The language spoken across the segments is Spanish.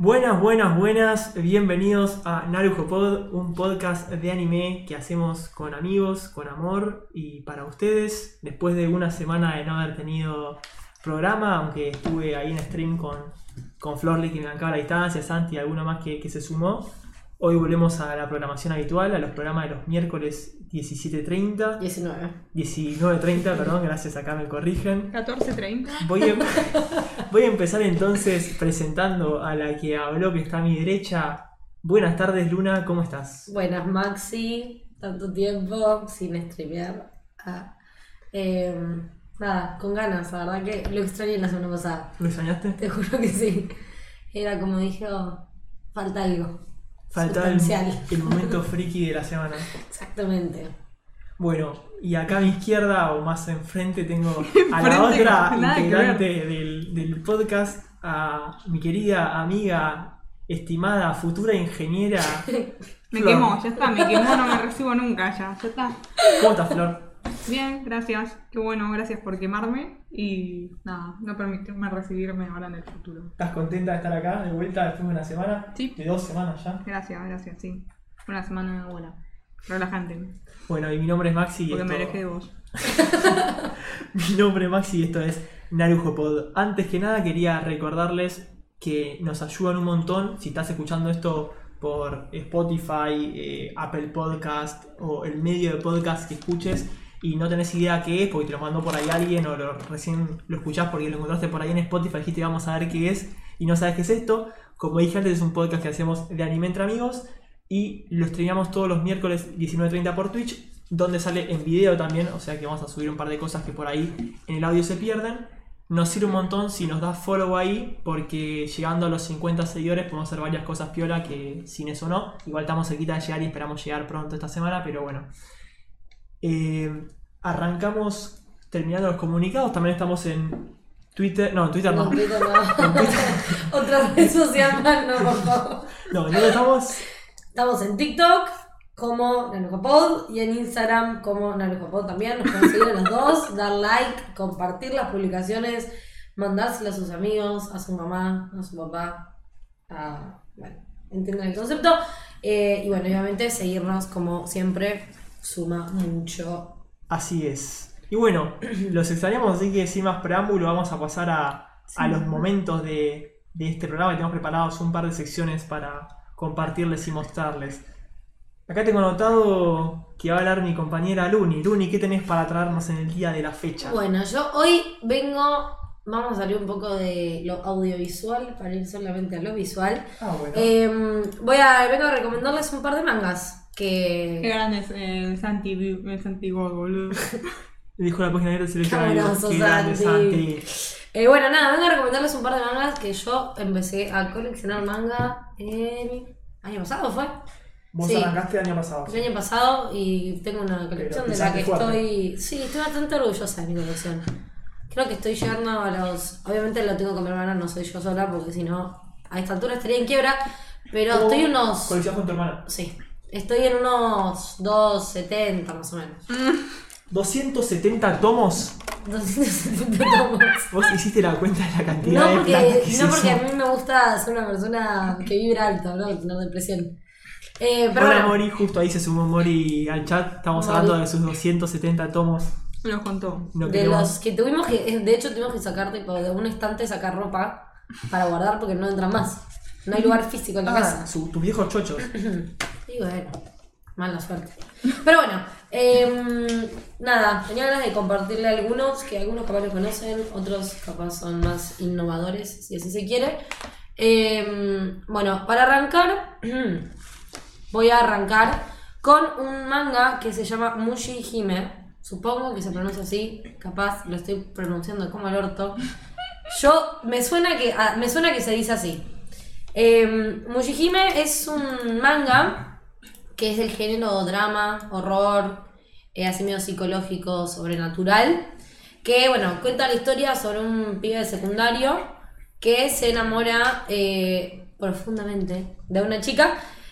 Buenas, bienvenidos a Narujo Pod, un podcast de anime que hacemos con amigos, con amor y para ustedes. Después de una semana de no haber tenido programa, aunque estuve ahí en stream con Florly, que me bancaba la distancia, Santi y alguno más que se sumó. Hoy volvemos a la programación habitual, a los programas de los miércoles 17:30. 19:30, perdón, gracias, acá me corrigen. 14:30. Voy a empezar entonces presentando a la que habló, que está a mi derecha. Buenas tardes, Luna, ¿cómo estás? Buenas, Maxi. Tanto tiempo sin streamear. Nada, con ganas, la verdad que lo extrañé la semana pasada. ¿Lo extrañaste? Te juro que sí. Era como dije, falta algo. Falta el momento friki de la semana. Exactamente. Bueno, y acá a mi izquierda o más enfrente tengo a la otra integrante del podcast, a mi querida amiga, estimada, futura ingeniera. Me Flor. quemó, ya está, me quemó, no me recibo nunca ya está. ¿Cómo estás, Flor? Bien, gracias, qué bueno, gracias por quemarme y nada, no permitirme recibirme ahora en el futuro. ¿Estás contenta de estar acá de vuelta después de una semana? Sí. De 2 semanas ya. Gracias, sí. Una semana buena, relajante, Bueno, y mi nombre es Maxi y porque me esto... alejé de vos. Mi nombre es Maxi y esto es Narujo Pod. Antes que nada quería recordarles que nos ayudan un montón si estás escuchando esto por Spotify, Apple Podcast o el medio de podcast que escuches y no tenés idea qué es porque te lo mandó por ahí alguien o recién lo escuchás porque lo encontraste por ahí en Spotify, dijiste vamos a ver qué es y no sabes qué es esto. Como dije antes, es un podcast que hacemos de anime entre amigos y lo streamamos todos los miércoles 19:30 por Twitch, donde sale en video también, o sea que vamos a subir un par de cosas que por ahí en el audio se pierden. Nos sirve un montón si nos das follow ahí, porque llegando a los 50 seguidores podemos hacer varias cosas piola que sin eso no. Igual estamos cerquita de llegar y esperamos llegar pronto esta semana, pero bueno. Arrancamos terminando los comunicados, también estamos en Twitter, no, en Twitter no. Twitter no. En Twitter. Otra red social más, no, por favor. No, ¿dónde estamos? Estamos en TikTok como NarujoPod y en Instagram como NarujoPod también. Nos pueden seguir a los dos, dar like, compartir las publicaciones, mandárselas a sus amigos, a su mamá, a su papá. Bueno, entienden el concepto. Y bueno, obviamente seguirnos como siempre suma mucho. Así es. Y bueno, los extrañamos, así que sin más preámbulo vamos a pasar a los momentos de este programa. Tenemos preparados un par de secciones para compartirles y mostrarles. Acá tengo anotado que va a hablar mi compañera Luni. Luni, ¿qué tenés para traernos en el día de la fecha? Bueno, yo hoy vamos a salir un poco de lo audiovisual para ir solamente a lo visual. Bueno. Vengo a recomendarles un par de mangas. Qué grande es el Santi God, boludo. Dijo la página de Selección. Hermoso, Qué grande, Santi. Santi. Bueno, nada, vengo a recomendarles un par de mangas que yo empecé a coleccionar manga el año pasado, ¿fue? Vos Sí. arrancaste el año pasado. El año pasado y tengo una colección Pero de la que fuerte. estoy... Sí, estoy bastante orgullosa de mi colección. Creo que estoy llegando a los... Obviamente lo tengo con mi hermana, no soy yo sola, porque si no, a esta altura estaría en quiebra. Pero estoy unos... Colección con tu hermana. Sí, estoy en unos 270 más o menos. 270 tomos. 270 tomos. Vos hiciste la cuenta de la cantidad No de porque, plata que se no porque hizo. a mí me gusta ser una persona que vibra alto, ¿no? Tener depresión. Pero Hola bueno, Mori, justo ahí se sumó Mori al chat. Estamos Mori. hablando de sus 270 tomos. Me los contó. No de queremos- los que tuvimos que... De hecho tuvimos que sacar tipo de un estante, sacar ropa para guardar porque no entran más. No hay lugar físico en la casa. tus viejos chochos. Y bueno, mala suerte. Pero bueno, nada, tenía ganas de compartirle algunos, que algunos capaz los conocen, otros capaz son más innovadores, si así se quiere. Bueno, para arrancar, voy a arrancar con un manga que se llama Mushi Hime. Supongo que se pronuncia así, capaz lo estoy pronunciando como el orto. Me suena que se dice así. Mushi Hime es un manga que es del género drama, horror, así medio psicológico, sobrenatural, que bueno, cuenta la historia sobre un pibe de secundario que se enamora profundamente de una chica,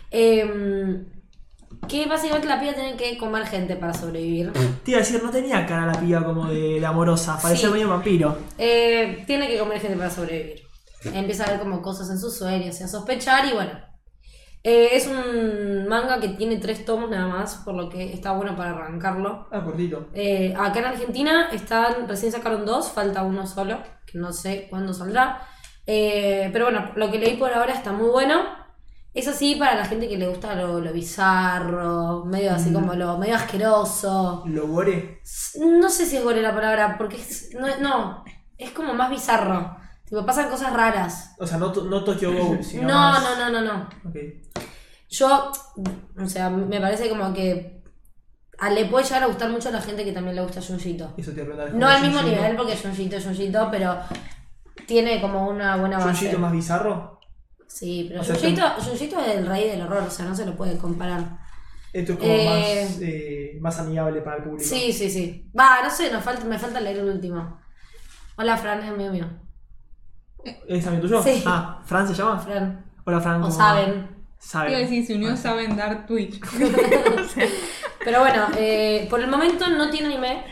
que básicamente la piba tiene que comer gente para sobrevivir. Te iba a decir, no tenía cara la piba como de amorosa, parecía Sí. medio vampiro. Tiene que comer gente para sobrevivir. empieza a ver como cosas en sus sueños y a sospechar y bueno. Es un manga que tiene 3 tomos nada más, por lo que está bueno para arrancarlo. Ah, cortito. Acá en Argentina recién sacaron 2, falta uno solo, que no sé cuándo saldrá. Pero bueno, lo que leí por ahora está muy bueno. Es así para la gente que le gusta lo bizarro, medio así como lo medio asqueroso. ¿Lo gore? No sé si es gore la palabra, porque no, es como más bizarro. Tipo, pasan cosas raras. O sea, no Tokyo Ghoul, sino No. Ok. Yo, o sea, me parece como que le puede llegar a gustar mucho a la gente que también le gusta Junjito. Eso te preguntaba. No al mismo nivel, porque Junjito es Junjito, pero tiene como una buena base. ¿Junjito más bizarro? Sí, pero O sea, Junjito es el rey del horror, o sea, no se lo puede comparar. Esto es como más amigable para el público. Sí. Va, no sé, me falta leer el último. Hola, Fran, es amigo mío. ¿Es amigo tuyo? Sí. Ah, ¿Fran se llama? Fran. Hola, Fran. O ¿cómo saben. va? Saben. Iba a decir, si unió saben dar Twitch. Pero bueno, por el momento no tiene anime.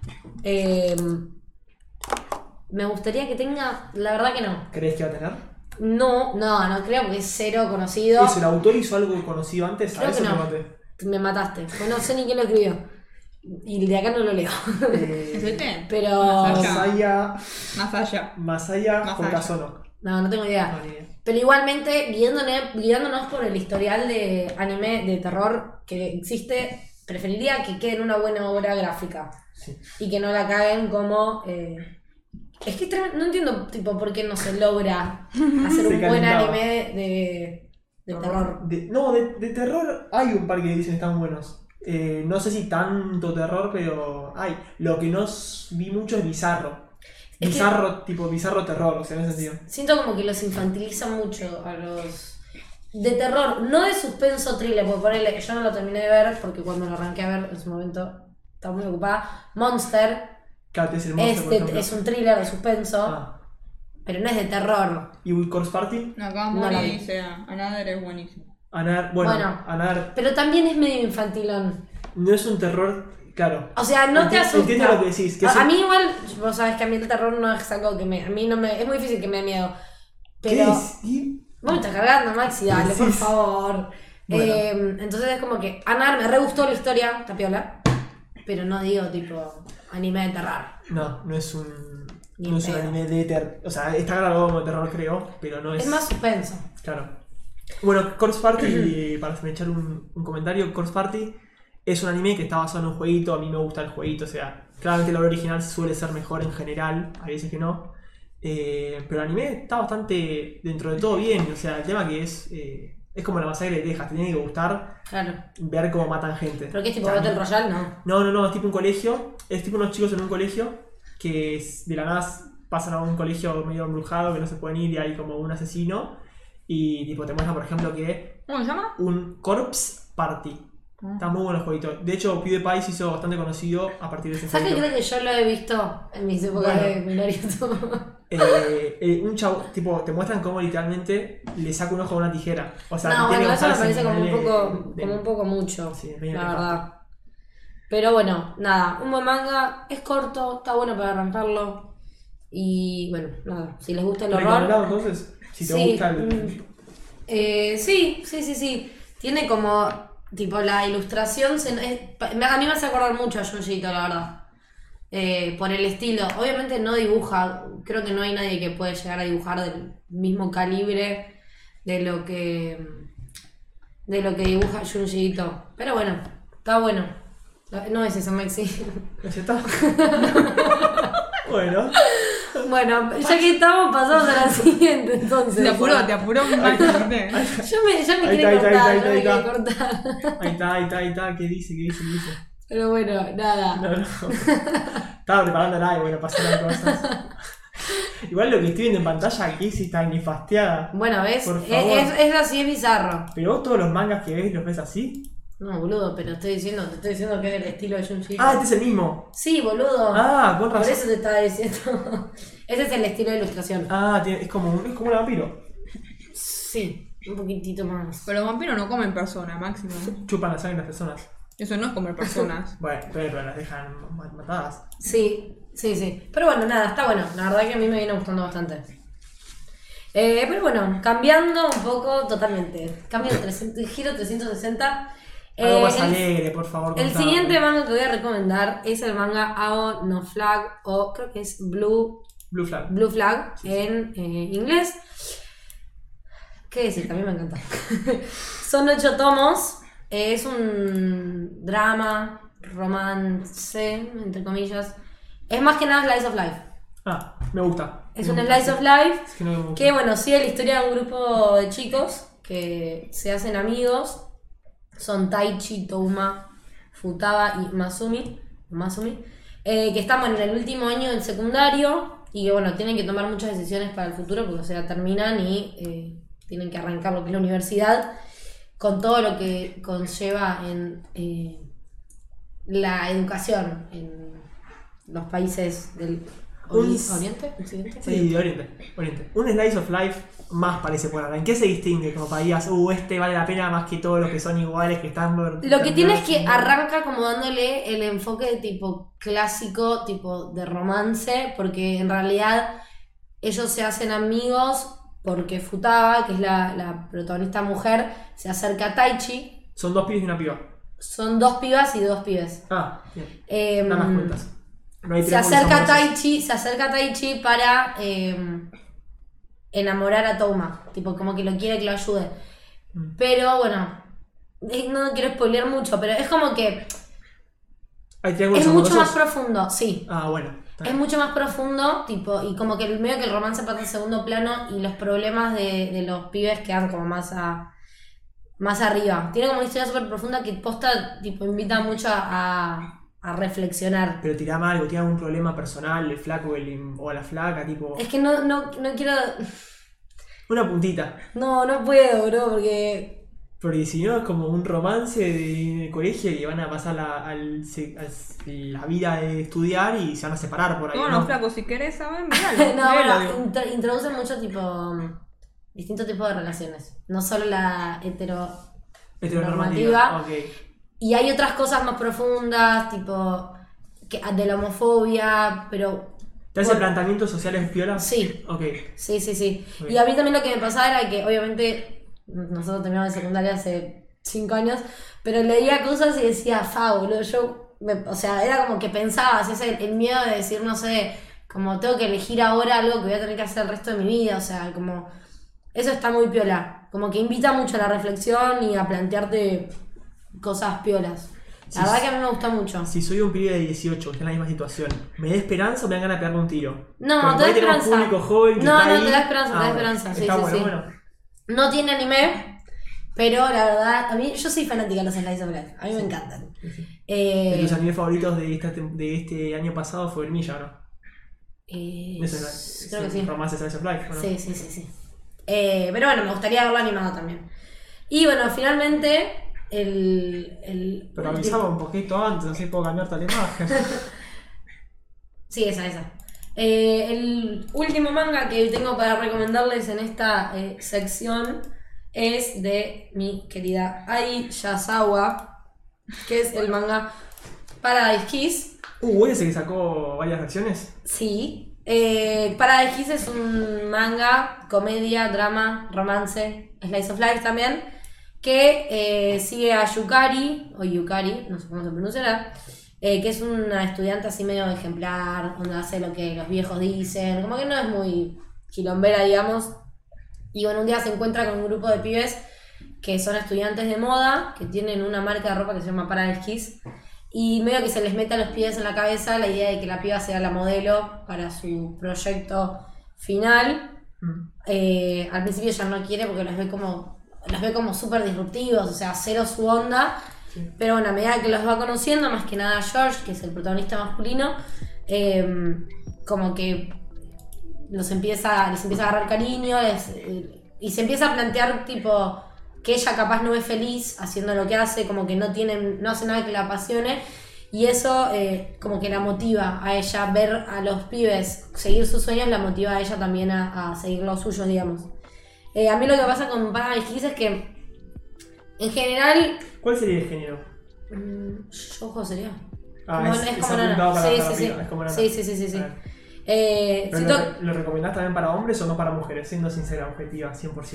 Me gustaría que tenga, la verdad que no. ¿Crees que va a tener? No creo porque es cero conocido. ¿Eso, el autor hizo algo conocido antes? Creo A eso que no. me maté. Me mataste. Bueno, no sé ni quién lo escribió. Y de acá no lo leo. ¿Es este? Pero. Masaya. Masaya Masaya. Hokazono. No tengo idea. No, ni idea. Pero igualmente, guiándonos por el historial de anime de terror que existe, preferiría que quede en una buena obra gráfica. Sí. Y que no la caguen como. Es que no entiendo tipo por qué no se logra hacer un buen calentaba. anime de terror. De terror hay un par que dicen están buenos. No sé si tanto terror, pero hay. Lo que no vi mucho es bizarro. Tipo bizarro terror, o sea, en ese sentido. Siento como que los infantilizan mucho a los... De terror, no de suspenso thriller, porque ponele, yo no lo terminé de ver, porque cuando lo arranqué a ver en su momento estaba muy ocupada. Monster, Claro, es el monstruo, por ejemplo. es un thriller de suspenso, Ah. pero no es de terror. ¿Y Will Corpse Party? No, acá No la Mori vi. dice, Another es buenísimo. Bueno. Anar Pero también es medio infantilón. no es un terror, claro. O sea, no te asusta. Entiendo lo que decís. Que A mí igual, vos sabés que a mí el terror no es algo que a mí no me... Es muy difícil que me dé miedo. Pero... ¿Qué es? ¿Y? Vos me estás cargando, Maxi, dale, por Sí. favor. Bueno. Entonces es como que Anar me re gustó la historia, tapiola. Pero no digo tipo anime de terror. No es un... Ni No es un pedo. anime de terror. O sea, está grabado como terror, creo, pero no es... Es más suspenso. Claro. Bueno, Corpse Party, para echar un comentario, Corpse Party es un anime que está basado en un jueguito. A mí me gusta el jueguito, o sea, claramente la obra original suele ser mejor en general, hay veces que no. Pero el anime está bastante, dentro de todo, bien. O sea, el tema que es como la masacre de Texas, te tiene que gustar Claro. ver cómo matan gente. ¿Pero qué es tipo O sea, Battle Royale? No. No, es tipo un colegio, es tipo unos chicos en un colegio que de la nada pasan a un colegio medio embrujado que no se pueden ir y hay como un asesino y tipo te muestra por ejemplo que ¿Cómo se llama? un Corpse Party. Está muy bueno el jueguito. De hecho, PewDiePie se hizo bastante conocido a partir de ese ¿Sabes qué jueguito. creo que yo lo he visto en mis épocas Bueno. de minorito? Un chavo, tipo, te muestran cómo literalmente le saca un ojo a una tijera. O sea, No, tiene bueno, eso me que parece como ponerle- un poco mucho, Sí, medio la nefasto. verdad. Pero bueno, nada, un buen manga, es corto, está bueno para arrancarlo. Y bueno, nada, si les gusta el horror. ¿Recomendado entonces? Si te Sí, gusta el... sí. Tiene como, tipo, la ilustración. A mí me hace acordar mucho a Junjito, la verdad. Por el estilo. Obviamente no dibuja. Creo que no hay nadie que puede llegar a dibujar del mismo calibre de lo que dibuja Junjito. Pero bueno, está bueno. No es eso, Maxi. ¿Ya está? Bueno. Bueno, ya que estamos, pasamos a la siguiente entonces. Te apuró más. Ya me Ahí quiere está, cortar, ahí ya me quiere está. cortar. Ahí está. ¿Qué dice? Pero bueno, nada. No. Estaba preparando nada y bueno, pasaron cosas. Igual lo que estoy viendo en pantalla aquí sí está nefasteada. Bueno, ¿ves? Por favor. Es así, es bizarro. Pero vos todos los mangas que ves los ves así. No, boludo, pero te estoy diciendo que es del estilo de Junjito. Ah, este es el mismo. Sí, boludo. Ah, con Por razón. eso te estaba diciendo. Ese es el estilo de ilustración. Ah, es como un vampiro. Sí, un poquitito más. Pero los vampiros no comen personas, máximo. Chupan la sangre de las personas. Eso no es comer personas. Bueno, pero las dejan matadas. Sí. Pero bueno, nada, está bueno. La verdad que a mí me viene gustando bastante. Pero bueno, cambiando un poco totalmente. Giro 360. Algo más alegre, por favor. El contame. siguiente manga que voy a recomendar es el manga Ao no Flag, o creo que es Blue Flag en inglés. ¿Qué decir? También me encanta. Son 8 tomos. Es un drama, romance, entre comillas. Es más que nada Slice of Life. Ah, me gusta. Es Me un gusta, Slice sí. of Life Es que no me gusta. que, bueno, sigue la historia de un grupo de chicos que se hacen amigos. Son Taichi, Touma, Futaba y Masumi, que estamos en el último año del secundario y que, bueno, tienen que tomar muchas decisiones para el futuro porque, o sea, terminan y tienen que arrancar lo que es la universidad con todo lo que conlleva en la educación en los países del Oriente, ¿Occidente? Sí, de Oriente. Un Slice of Life más parece por ahora. ¿En qué se distingue? Como para digas, este vale la pena más que todos los que son iguales, que están... Lo que tiene es que arranca como dándole el enfoque de tipo clásico, tipo de romance, porque en realidad ellos se hacen amigos porque Futaba, que es la protagonista mujer, se acerca a Taichi. Son 2 pibes y una piba. Son 2 pibas y 2 pibes. Ah, bien. Nada más cuentas. No hay Se triángulos acerca a amorosos. Taichi para enamorar a Touma. Tipo, como que lo quiere que lo ayude. Pero bueno, no quiero spoilear mucho, pero es como que ¿Hay triángulos es mucho más amorosos? profundo, sí. Ah, bueno. Está Es bien. mucho más profundo, tipo, y como que medio que el romance pasa en segundo plano y los problemas de los pibes quedan como más arriba. Tiene como una historia súper profunda que posta, tipo, invita mucho a reflexionar. Pero tirame algo, tiene algún problema personal, el flaco o la flaca, tipo... Es que no quiero... Una puntita. No puedo, bro, porque... Porque si no es como un romance de colegio y van a pasar la vida de estudiar y se van a separar por ahí. Bueno, ¿no? flaco, si querés saber, miralo. No, léelo, bueno, digo. introducen mucho tipo... distintos tipos de relaciones. No solo la Heteronormativa. normativa. Ok. Y hay otras cosas más profundas, tipo de la homofobia, pero... ¿Te hace bueno, planteamientos sociales piolas? Sí. Ok. Sí. Ok. Y a mí también lo que me pasaba era que, obviamente, nosotros terminamos de secundaria hace 5 años, pero leía cosas y decía, boludo, o sea, era como que pensaba, así, el miedo de decir, no sé, como tengo que elegir ahora algo que voy a tener que hacer el resto de mi vida, o sea, como... Eso está muy piola, como que invita mucho a la reflexión y a plantearte cosas piolas. La verdad que a mí me gusta mucho. Si soy un pibe de 18 que está en la misma situación, ¿me da esperanza o me dan ganas de pegarle un tiro? No, Porque te da por ahí tenemos esperanza. público joven que No, está no, ahí. te da esperanza, te da bueno, esperanza, sí, está sí, bueno, sí. bueno. No tiene anime, pero la verdad, a mí, yo soy fanática de los Slice of Life, a mí me encantan. De tus animes favoritos de este año pasado fue el Milla, ¿no? Creo que sí. Romance Slice of Life, ¿o ¿no? Sí. Pero bueno, me gustaría verlo animado también. Y bueno, finalmente, Pero avisaba un poquito antes, así puedo cambiarte la imagen. Sí, esa. El último manga que tengo para recomendarles en esta sección es de mi querida Ai Yasawa, que es el manga Paradise Kiss. ¿Ese que sacó varias versiones? Sí. Paradise Kiss es un manga, comedia, drama, romance, slice of life también, que sigue a Yukari, o Yukari, no sé cómo se pronunciará, que es una estudiante así medio ejemplar, donde hace lo que los viejos dicen, como que no es muy quilombera, digamos. Y bueno, un día se encuentra con un grupo de pibes que son estudiantes de moda, que tienen una marca de ropa que se llama Paradise Kiss, y medio que se les mete a los pibes en la cabeza la idea de que la piba sea la modelo para su proyecto final. Al principio ella no quiere porque los ve como súper disruptivos, o sea, cero su onda. Sí. Pero bueno, a medida que los va conociendo, más que nada George, que es el protagonista masculino, como que les empieza a agarrar cariño, y se empieza a plantear tipo que ella capaz no es feliz haciendo lo que hace, como que no hace nada que la apasione, y eso como que la motiva a ella, ver a los pibes seguir sus sueños, la motiva a ella también a seguir los suyos, digamos. A mí lo que pasa con Paradise Kiss es que en general... ¿Cuál sería el género? Shoujo sería. Es como apuntado para sí. arriba, es como nana. Sí. ¿Pero Siento... lo recomendás también para hombres o no para mujeres? Siendo sincera, objetiva, 100%.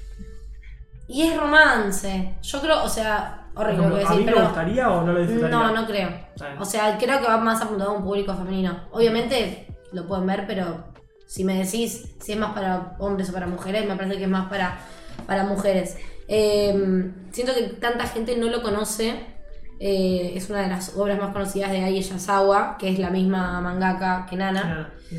Y es romance. Yo creo, o sea, horrible lo que ¿A decir, mí pero... me gustaría o no lo disfrutaría? No, no creo. Está bien. O sea, creo que va más apuntado a un público femenino. Obviamente lo pueden ver, pero si me decís si es más para hombres o para mujeres, me parece que es más para mujeres. Siento que tanta gente no lo conoce. Es una de las obras más conocidas de Ai Yazawa, que es la misma mangaka que Nana. Sí.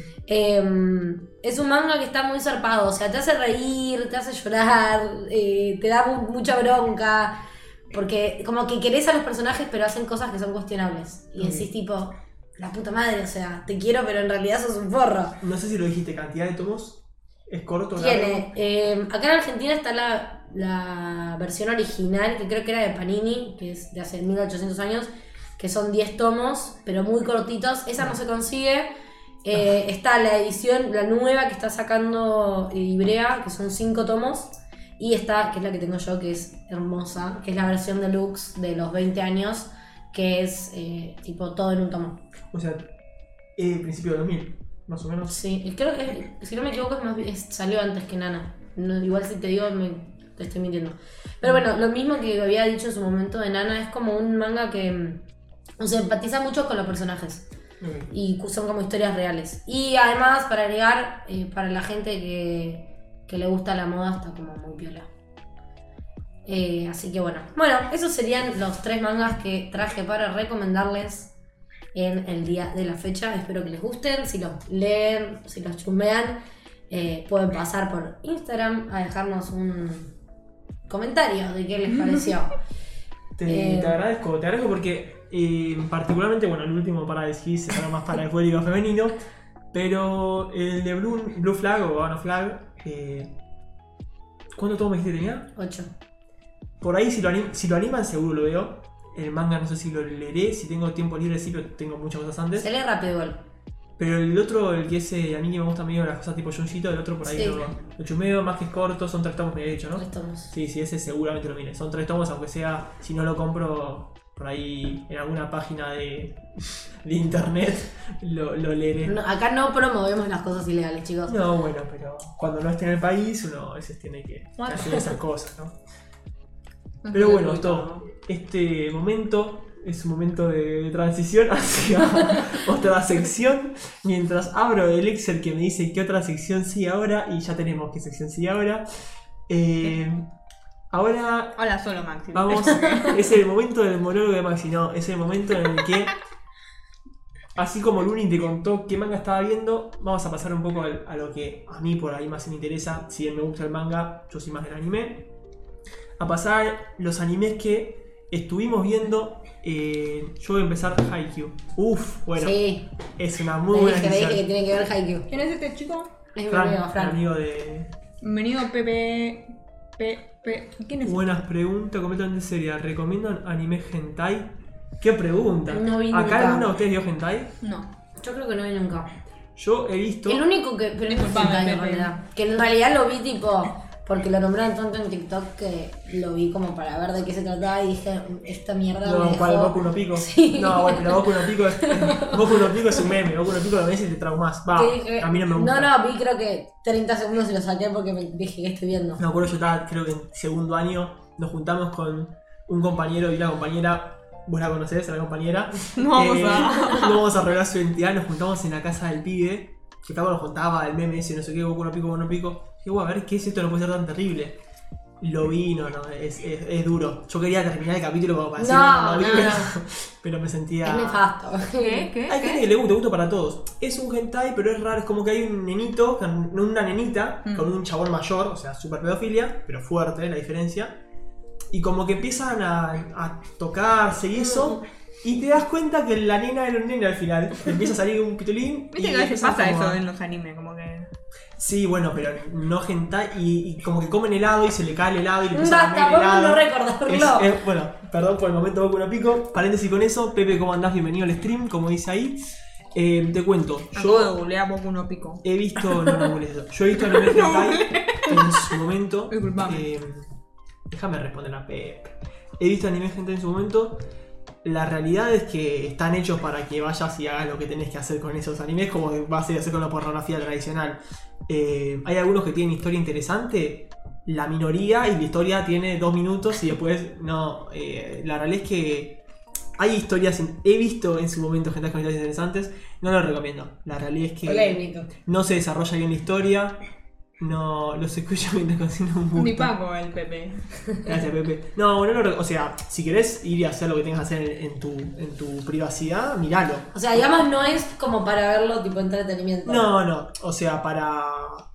Es un manga que está muy zarpado, o sea, te hace reír, te hace llorar, te da mucha bronca, porque como que querés a los personajes pero hacen cosas que son cuestionables. Y decís tipo, la puta madre, o sea, te quiero pero en realidad sos un forro. No sé si lo dijiste, ¿cantidad de tomos? ¿Es corto o largo? Tiene, acá en Argentina está la versión original, que creo que era de Panini, que es de hace 1800 años, que son 10 tomos, pero muy cortitos. Esa no se consigue. Está la edición, la nueva que está sacando Ibrea, que son 5 tomos. Y está, que es la que tengo yo, que es hermosa, que es la versión deluxe de los 20 años, que es tipo todo en un tomo. O sea, principio de 2000, más o menos. Sí, creo que, si no me equivoco, salió antes que Nana. No, igual si te digo, te estoy mintiendo. Pero bueno, lo mismo que había dicho en su momento de Nana, es como un manga que se empatiza mucho con los personajes. Y son como historias reales. Y además, para agregar, para la gente que le gusta la moda, está como muy piola. Así que bueno, esos serían los 3 mangas que traje para recomendarles en el día de la fecha. Espero que les gusten. Si los leen, si los chusmean, pueden pasar por Instagram a dejarnos un comentario de qué les pareció. Te agradezco porque particularmente, bueno, el último para decir será más para el público femenino, pero el de Blue Flag o Habano Flag, ¿cuánto tomo me dijiste que tenía? 8. Por ahí si lo animan seguro lo veo. El manga no sé si lo leeré, si tengo tiempo libre sí, pero tengo muchas cosas antes. Se lee rápido igual. Pero el otro, el que a mí que me gusta medio las cosas tipo Junjito, el otro por ahí Sí. lo chumeo, más que es corto, son 3 tomos, me he dicho, ¿no? 3 tomos. Sí, ese seguramente lo mire. Son 3 tomos, aunque sea, si no lo compro por ahí en alguna página de internet, lo leeré. No, acá no promovemos las cosas ilegales, chicos. No, bueno, pero cuando no esté en el país, uno a veces tiene que hacer esas cosas, ¿no? Pero bueno, este momento es un momento de transición hacia otra sección. Mientras abro el Excel que me dice qué otra sección sigue ahora, y ya tenemos qué sección sigue ahora. Ahora Hola, solo Maxi. vamos, es el momento del monólogo de Maxi, no, es el momento en el que, así como Luni te contó qué manga estaba viendo, vamos a pasar un poco a lo que a mí por ahí más me interesa. Si bien me gusta el manga, yo soy más del anime. A pasar los animes que estuvimos viendo. Yo voy a empezar Haikyuu. Bueno, Sí, es una muy le buena dije decisión. que tiene que ver Haikyuu. ¿Quién es este chico? Es mi Fran, amigo, el Fran. amigo de... Bienvenido Pepe. ¿Quién es? Buenas preguntas, completamente serias. ¿Recomiendan anime hentai? ¿Qué pregunta? No vi ¿Acá nunca. alguno de ustedes vio hentai? No. Yo creo que no vi nunca. Yo he visto... El único que. Pero no es Disculpame, hentai, en Pepe. realidad. Que en realidad lo vi tipo. Porque lo nombraron tanto en TikTok que lo vi como para ver de qué se trataba y dije, esta mierda me No, dejó... ¿cuál? ¿Boku no Pico? Sí. No, bueno, pero Boku no Pico es un meme. Boku no Pico lo ves y te traumas. Va, Que dije- a mí no me gusta. No, vi creo que 30 segundos y lo saqué porque me dije que estoy viendo. Me acuerdo, yo estaba, creo que en segundo año, nos juntamos con un compañero y una compañera. Vos la conocés, la compañera. No vamos No vamos a revelar su identidad, nos juntamos en la casa del pibe. Que Pablo nos contaba el meme ese, no sé qué, Boku no Pico, Boku no Pico. Dije, a ver, ¿qué es esto? No puede ser tan terrible. Lo vi, es duro. Yo quería terminar el capítulo como para decir, No, vi, no. pero me sentía... Es nefasto. ¿Qué? Hay gente que le gusta para todos. Es un hentai, pero es raro, es como que hay un nenito, una nenita, con un chabón mayor, o sea, super pedofilia, pero fuerte la diferencia. Y como que empiezan a tocarse y eso, y te das cuenta que la nena era un nene al final. Te empieza a salir un pitulín. Viste que a veces pasa eso en los animes, como que. Sí, bueno, pero no hentai, y como que comen helado y se le cae el helado y le empiezan a Basta, comer vamos a no helado. recordarlo. Bueno, perdón por el momento Boku no Pico. Paréntesis con eso. Pepe, ¿cómo andás? Bienvenido al stream, como dice ahí. Te cuento, Acabo de yo googlear Boku no Pico. he visto. No googlees eso. Yo he visto anime hentai en su momento. Disculpame. Déjame responder a Pepe. He visto anime hentai en su momento. la realidad es que están hechos para que vayas y hagas lo que tenés que hacer con esos animes, como vas a hacer con la pornografía tradicional. Hay algunos que tienen historia interesante, la minoría, y la historia tiene 2 minutos y después no. La realidad es que hay historias, he visto en su momento gente con historias interesantes, no lo recomiendo. La realidad es que Polémico. no se desarrolla bien la historia, no los escucho mientras cocino un gusto. Ni Paco el Pepe. Gracias, Pepe. No, o sea, si querés ir y hacer lo que tengas que hacer en tu privacidad, miralo. O sea, digamos, no es como para verlo tipo entretenimiento. No, o sea, para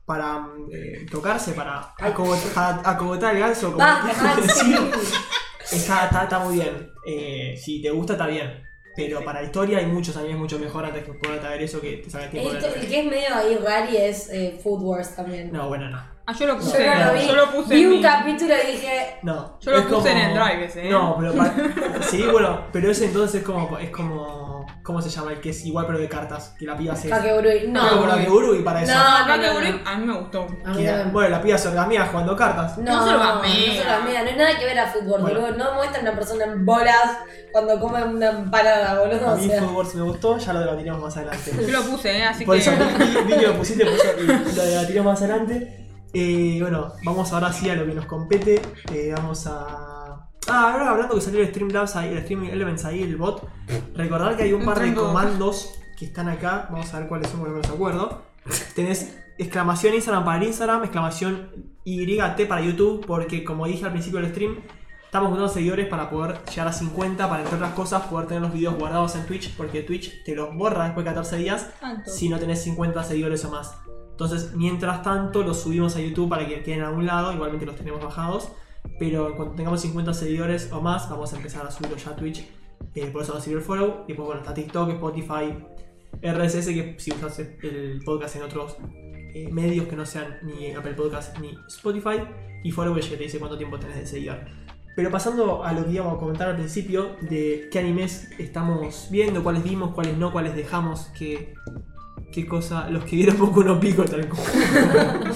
tocarse, para acogotar el ganso, como Basta, quieras Maxi. decir, está muy bien. Si te gusta, está bien. Pero para la historia hay muchos animes mucho mejor antes que poderte ver eso que te saca el tiempo de El que es medio ahí rari es Food Wars también. No, bueno, no. Ah, yo lo puse. Yo no lo vi. Yo lo puse Vi en un mi- capítulo y dije, No. Yo lo es puse en el Drive ese, No, pero sí, bueno, pero ese entonces es como ¿cómo se llama? El que es igual pero de cartas, que la piba se Kakegurui. No. Kakegurui y para eso. No, Kakegurui a mí me gustó. A mí Que, también. bueno, la piba se orgasmea jugando cartas. No se lo gamea. No se lo gamea, no hay nada que ver a fútbol, Bueno. boludo. No muestran a una persona en bolas cuando come una empanada, boludo. A O mí sea, Food Wars me gustó, ya lo debatiremos más adelante. Yo lo puse, así Por que. eso vi que lo pusiste, por eso y lo debatiremos más adelante. Bueno, vamos ahora sí a lo que nos compete. Vamos a... ahora hablando que salió el Streamlabs ahí, el Stream Elements ahí, el bot. Recordar que hay un par de Entrando. comandos que están acá. Vamos a ver cuáles son, porque no me los acuerdo. Tenés exclamación Instagram para el Instagram, exclamación YT para YouTube, porque como dije al principio del stream, estamos buscando seguidores para poder llegar a 50, para entre otras cosas poder tener los videos guardados en Twitch, porque Twitch te los borra después de 14 días Tanto. si no tenés 50 seguidores o más. Entonces, mientras tanto, los subimos a YouTube para que queden a un lado, igualmente los tenemos bajados, pero cuando tengamos 50 seguidores o más, vamos a empezar a subirlos ya a Twitch. Por eso nos sirve el follow. Y pues bueno, está TikTok, Spotify, RSS, que si usas el podcast en otros medios que no sean ni Apple Podcast ni Spotify, y follow que te dice cuánto tiempo tenés de seguidor. Pero pasando a lo que íbamos a comentar al principio, de qué animes estamos viendo, cuáles vimos, cuáles no, cuáles dejamos, qué cosa, los que vieron poco no pico tal cual.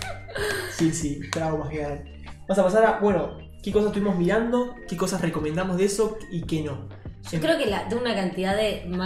Sí, traumas que dan. Vamos a pasar a, bueno, qué cosas estuvimos mirando, qué cosas recomendamos de eso y qué no. yo creo que tengo una cantidad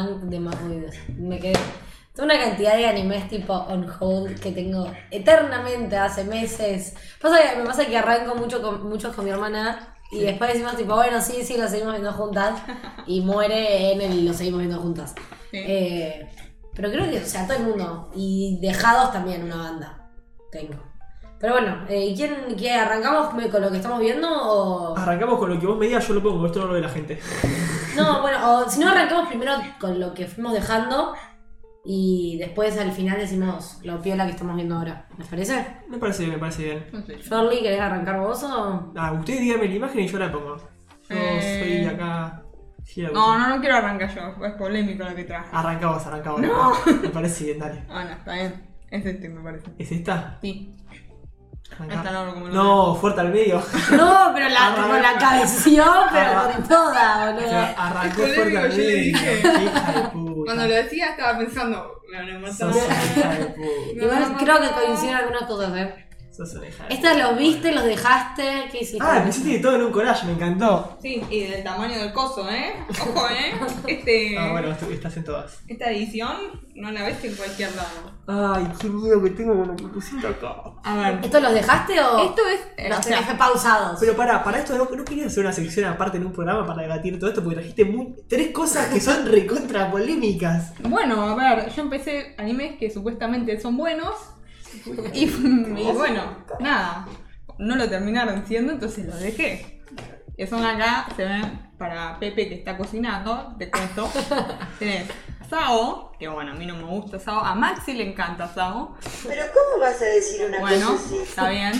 me quedé. Tengo una cantidad de animes tipo on hold que tengo eternamente hace meses. Me pasa que arranco muchos con mi hermana y después decimos tipo, bueno, sí, lo seguimos viendo juntas y muere en el lo seguimos viendo juntas. Sí. Pero creo que, o sea, todo el mundo. Y Dejados también, una banda. Tengo. Pero bueno, ¿qué arrancamos con lo que estamos viendo o...? Arrancamos con lo que vos me digas, yo lo pongo, esto no lo ve la gente. No, bueno, o si no arrancamos primero con lo que fuimos dejando y después al final decimos lo piola que estamos viendo ahora. ¿Les parece? Me parece bien. No sé. Florly, ¿querés arrancar vos o...? Ustedes díganme la imagen y yo la pongo. Yo soy acá... sí, la No quiero arrancar yo. Es polémico lo que traje. Arrancamos. No. Me parece bien, dale. Ah, no, está bien. Es este, me parece. ¿Es esta? Sí. Arrancá. Esta no, como No, fuerte al medio. No, pero con la cabeció, pero con toda, O boludo. sea, arrancó Polémico, fuerte al yo le medio. dije. Hija de puta. Cuando lo decía estaba pensando, me van a matar. Sos una hija de puta. Igual creo que coinciden algunas cosas, Sos una hija de Estas puta. los viste, los dejaste, ¿qué hiciste? Me hiciste todo en un collage, me encantó. Sí, y del tamaño del coso, ¿eh? Ojo, ¿eh? Bueno, estás en todas. Esta edición no la ves en cualquier lado. Ay, qué miedo que tengo con lo que pusiste acá. A ver. ¿Estos los dejaste o...? Esto es... Los o sea, tenés pausados. Pero para esto no querías hacer una sección aparte en un programa para debatir todo esto, porque trajiste 3 cosas que son recontra polémicas. bueno, a ver, yo empecé animes que supuestamente son buenos y bueno, nada, no lo terminaron siendo, entonces lo dejé. Que son acá, se ven para Pepe que está cocinando, te cuento. Tenés Sao, que bueno, a mí no me gusta Sao, a Maxi le encanta Sao. Pero ¿cómo vas a decir una Bueno, cosa así? está bien.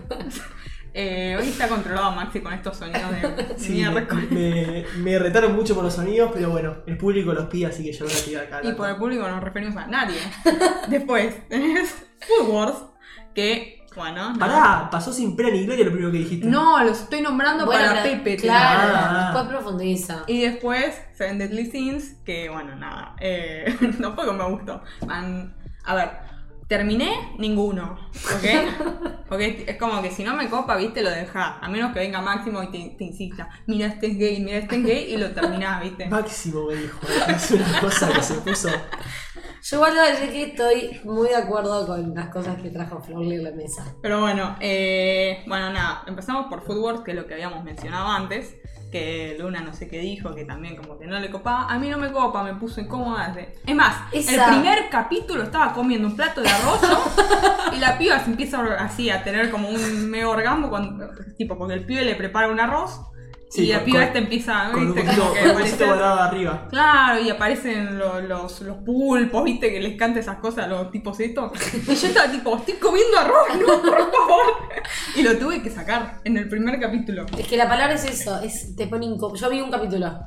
Hoy está controlado Maxi con estos sonidos de Sí, miércoles. me retaron mucho por los sonidos, pero bueno, el público los pide, así que yo lo voy a tirar acá. Y por el público no nos referimos a nadie. Después tenés Food Wars, que, bueno. no. Pará, pasó sin pena ni gloria lo primero que dijiste. No, los estoy nombrando Bueno, para pero- Pepe. Claro, Ah. después profundiza. Y después Seven Deadly Sins, que bueno, nada. Tampoco me gustó. A ver, Terminé ninguno, ¿ok? Porque es como que si no me copa, viste, lo dejás. A menos que venga Máximo y te insista, mira este es gay, y lo terminás, viste. Máximo me dijo, es una cosa que se puso. Yo igual debo decir que estoy muy de acuerdo con las cosas que trajo Florly a la mesa. Pero bueno, nada, empezamos por Food Wars, que es lo que habíamos mencionado antes. Que Luna no sé qué dijo, que también como que no le copaba. A mí no me copa, me puso incómoda. Es más, el primer capítulo estaba comiendo un plato de arroz y la piba se empieza así a tener como un medio orgasmo cuando, tipo, porque el pibe le prepara un arroz. Sí, y la piba empieza, con ¿viste? un poquito, Como que con un aparece, poquito dorado arriba. claro, y aparecen los pulpos, viste, que les canta esas cosas a los tipos estos. Y yo estaba tipo, estoy comiendo arroz, no, por favor. Y lo tuve que sacar en el primer capítulo. Es que la palabra es eso, te pone incómodo. Yo vi un capítulo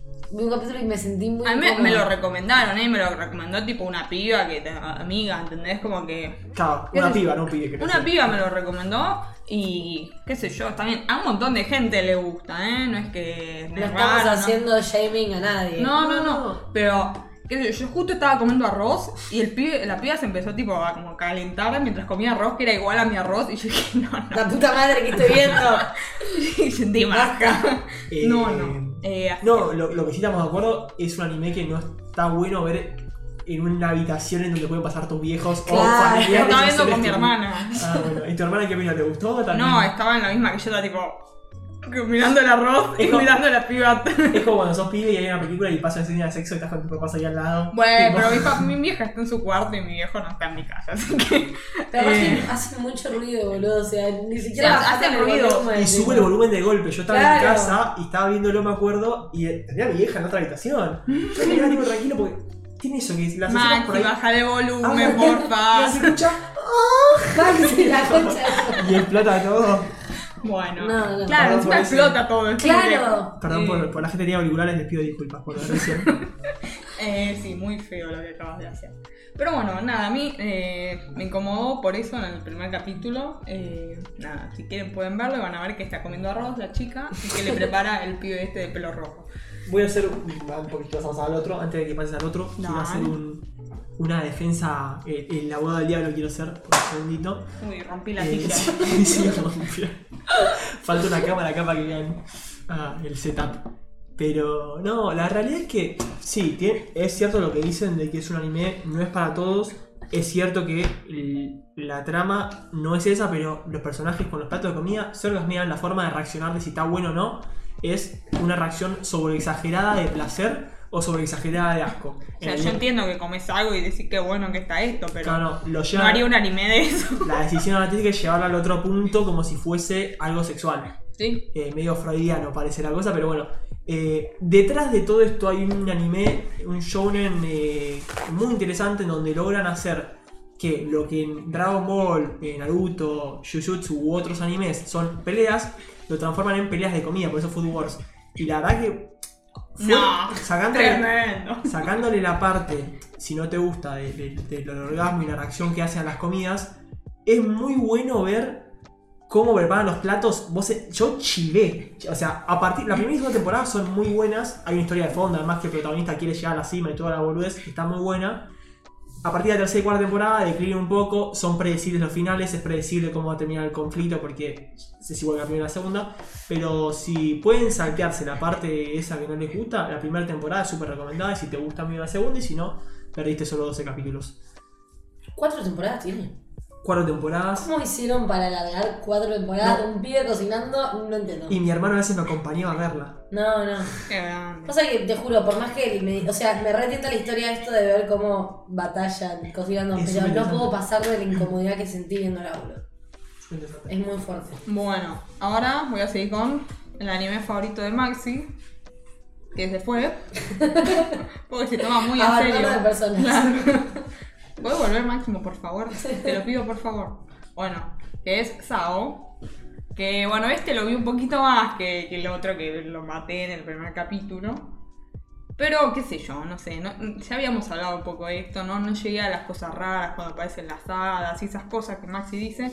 y me sentí muy A mí incómoda. me lo recomendaron, me lo recomendó tipo una piba que amiga, ¿entendés? Como que... Claro, una piba, no un pibe. Que Una piba me lo recomendó y qué sé yo, también a un montón de gente le gusta, no es que... No estamos haciendo shaming a nadie. No, pero... qué sé yo justo estaba comiendo arroz y la piba se empezó tipo a como calentar mientras comía arroz que era igual a mi arroz y yo dije, no. La puta madre que estoy viendo. Y sentí marca. No. No, lo que sí estamos de acuerdo es un anime que no está bueno ver en una habitación en donde pueden pasar tus viejos Claro. o Lo familiares. estaba o viendo seres con mi que- hermana. Ah, bueno. ¿Y tu hermana qué opina? ¿Te gustó también? No, estaba en la misma que yo, estaba tipo mirando el arroz y Es como- mirando a la piba. Es como cuando sos pibe y hay una película y pasa escena de sexo y estás con tu papá ahí al lado. Bueno, Tipo, pero mi vieja está en su cuarto y mi viejo no está en mi casa, así que... Pero hace mucho ruido, boludo. O sea, ni siquiera Sí, hace bajaste el ruido. volumen. Y sube el volumen de golpe. Yo estaba en mi Claro. casa y estaba viéndolo, me acuerdo, y tenía a mi vieja en otra habitación. Yo me quedaba tipo tranquilo porque tiene eso, que las escenas por Maxi, ahí. bájale volumen, hablan, porfa. y se escucha Maxi, la concha de su- y explota todo. Bueno, No, claro, perdón encima por eso. explota todo. es como Claro. Perdón por la gente que tiene auriculares, les pido disculpas por la agresión. Sí, muy feo lo que acabas de hacer. Pero bueno, nada, a mí me incomodó por eso en el primer capítulo. Nada, si quieren pueden verlo y van a ver que está comiendo arroz la chica y que le prepara el pibe este de pelo rojo. Voy a hacer un poquito, pasamos al otro, antes de que pases al otro. Quiero hacer una defensa, el abogado del diablo quiero ser, por un segundito. Uy, rompí la silla. Sí, rompí. Falta una cámara acá para que vean el setup. Pero no, la realidad es que sí, es cierto lo que dicen de que es un anime, no es para todos. Es cierto que la trama no es esa, pero los personajes con los platos de comida se orgasmean, la forma de reaccionar de si está bueno o no es una reacción sobre exagerada de placer o sobre exagerada de asco. O sea, yo entiendo que comes algo y decís qué bueno que está esto, pero Claro, lo no llevan- haría un anime de eso. La decisión artística es llevarlo al otro punto como si fuese algo sexual. ¿Sí? Medio freudiano parece la cosa, pero bueno. Detrás de todo esto hay un anime, un shounen muy interesante en donde logran hacer que lo que en Dragon Ball, Naruto, Jujutsu u otros animes son peleas, lo transforman en peleas de comida, por eso Food Wars. Y la verdad que No, sacándole, tremendo. sacándole la parte, si no te gusta, del orgasmo y la reacción que hacen a las comidas, es muy bueno ver cómo preparan los platos. Yo chivé. O sea, la primera y segunda temporada son muy buenas. Hay una historia de fondo, además que el protagonista quiere llegar a la cima y toda la boludez, que está muy buena. A partir de la tercera y cuarta temporada declinan un poco, son predecibles los finales, es predecible cómo va a terminar el conflicto porque es igual que la primera y la segunda. Pero si pueden saltearse la parte esa que no les gusta, la primera temporada es súper recomendada. Y si te gusta la segunda, y si no, perdiste solo 12 capítulos. 4 temporadas tiene. 4 temporadas. ¿Cómo hicieron para alargar 4 temporadas de un pibe cocinando? No entiendo. Y mi hermano a veces me acompañaba a verla. No. Qué grande. Pasa que, te juro, por más que me retienta la historia esto de ver cómo batallan cocinando, Es pero súper no interesante. puedo pasar de la incomodidad que sentí viendo la boludo. Es muy fuerte. Bueno, ahora voy a seguir con el anime favorito de Maxi, que se fue, porque se toma muy en Abandono serio. de personas. Claro. ¿Puedes volver, Máximo, por favor? Te lo pido, por favor. Bueno, que es Sao. Que bueno, este lo vi un poquito más que el otro, que lo maté en el primer capítulo. Pero qué sé yo, no sé, ya habíamos hablado un poco de esto, no llegué a las cosas raras cuando aparecen las hadas y esas cosas que Maxi dice.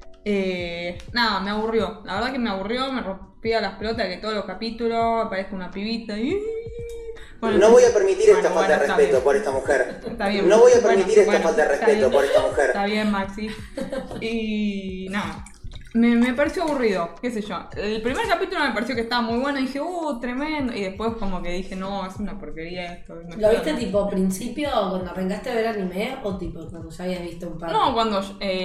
Nada, me aburrió, la verdad que me aburrió, me rompía las pelotas que todos los capítulos aparezca una pibita y Bueno, No voy a permitir esta bueno, falta de está respeto bien. por esta mujer. Está bien. No voy a permitir esta Bueno, falta de está respeto bien. por esta mujer. Está bien, Maxi. Y nada, me pareció aburrido, qué sé yo. El primer capítulo me pareció que estaba muy bueno y dije, tremendo. Y después como que dije, no, es una porquería esto. No ¿Lo viste quiero. tipo principio cuando arrancaste a ver anime o tipo cuando ya habías visto un par? No, cuando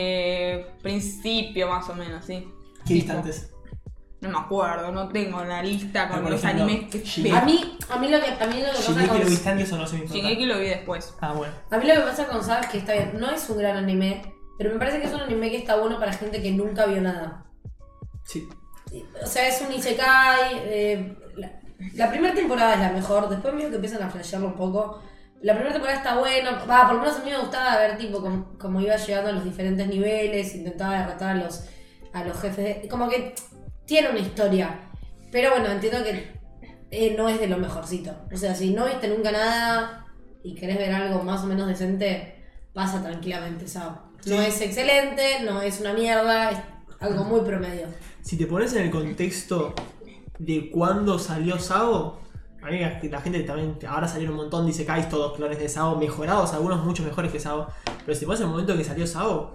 principio más o menos, sí. ¿Qué viste Tipo, antes? No me acuerdo, no tengo la lista con Por los ejemplo, animes que Shingeki. A mí lo que pasa ¿Shingeki con lo viste antes o no se me importa? Shingeki lo vi después. Ah, bueno. a mí lo que pasa con Saga es que está bien, no es un gran anime, pero me parece que es un anime que está bueno para gente que nunca vio nada. Sí. O sea, es un isekai. La primera temporada es la mejor, después medio que empiezan a flashearlo un poco. La primera temporada está buena, por lo menos a mí me gustaba ver tipo cómo iba llegando a los diferentes niveles, intentaba derrotar a los jefes, como que tiene una historia. Pero bueno, entiendo que no es de lo mejorcito. O sea, si no viste nunca nada y querés ver algo más o menos decente, pasa tranquilamente, ¿sabes? No Sí. es excelente, no es una mierda, es algo muy promedio. Si te pones en el contexto de cuándo salió SAO, a mí la gente también, ahora salieron un montón de isekais, todos clones de SAO, mejorados, algunos mucho mejores que SAO, pero si te pones en el momento que salió SAO,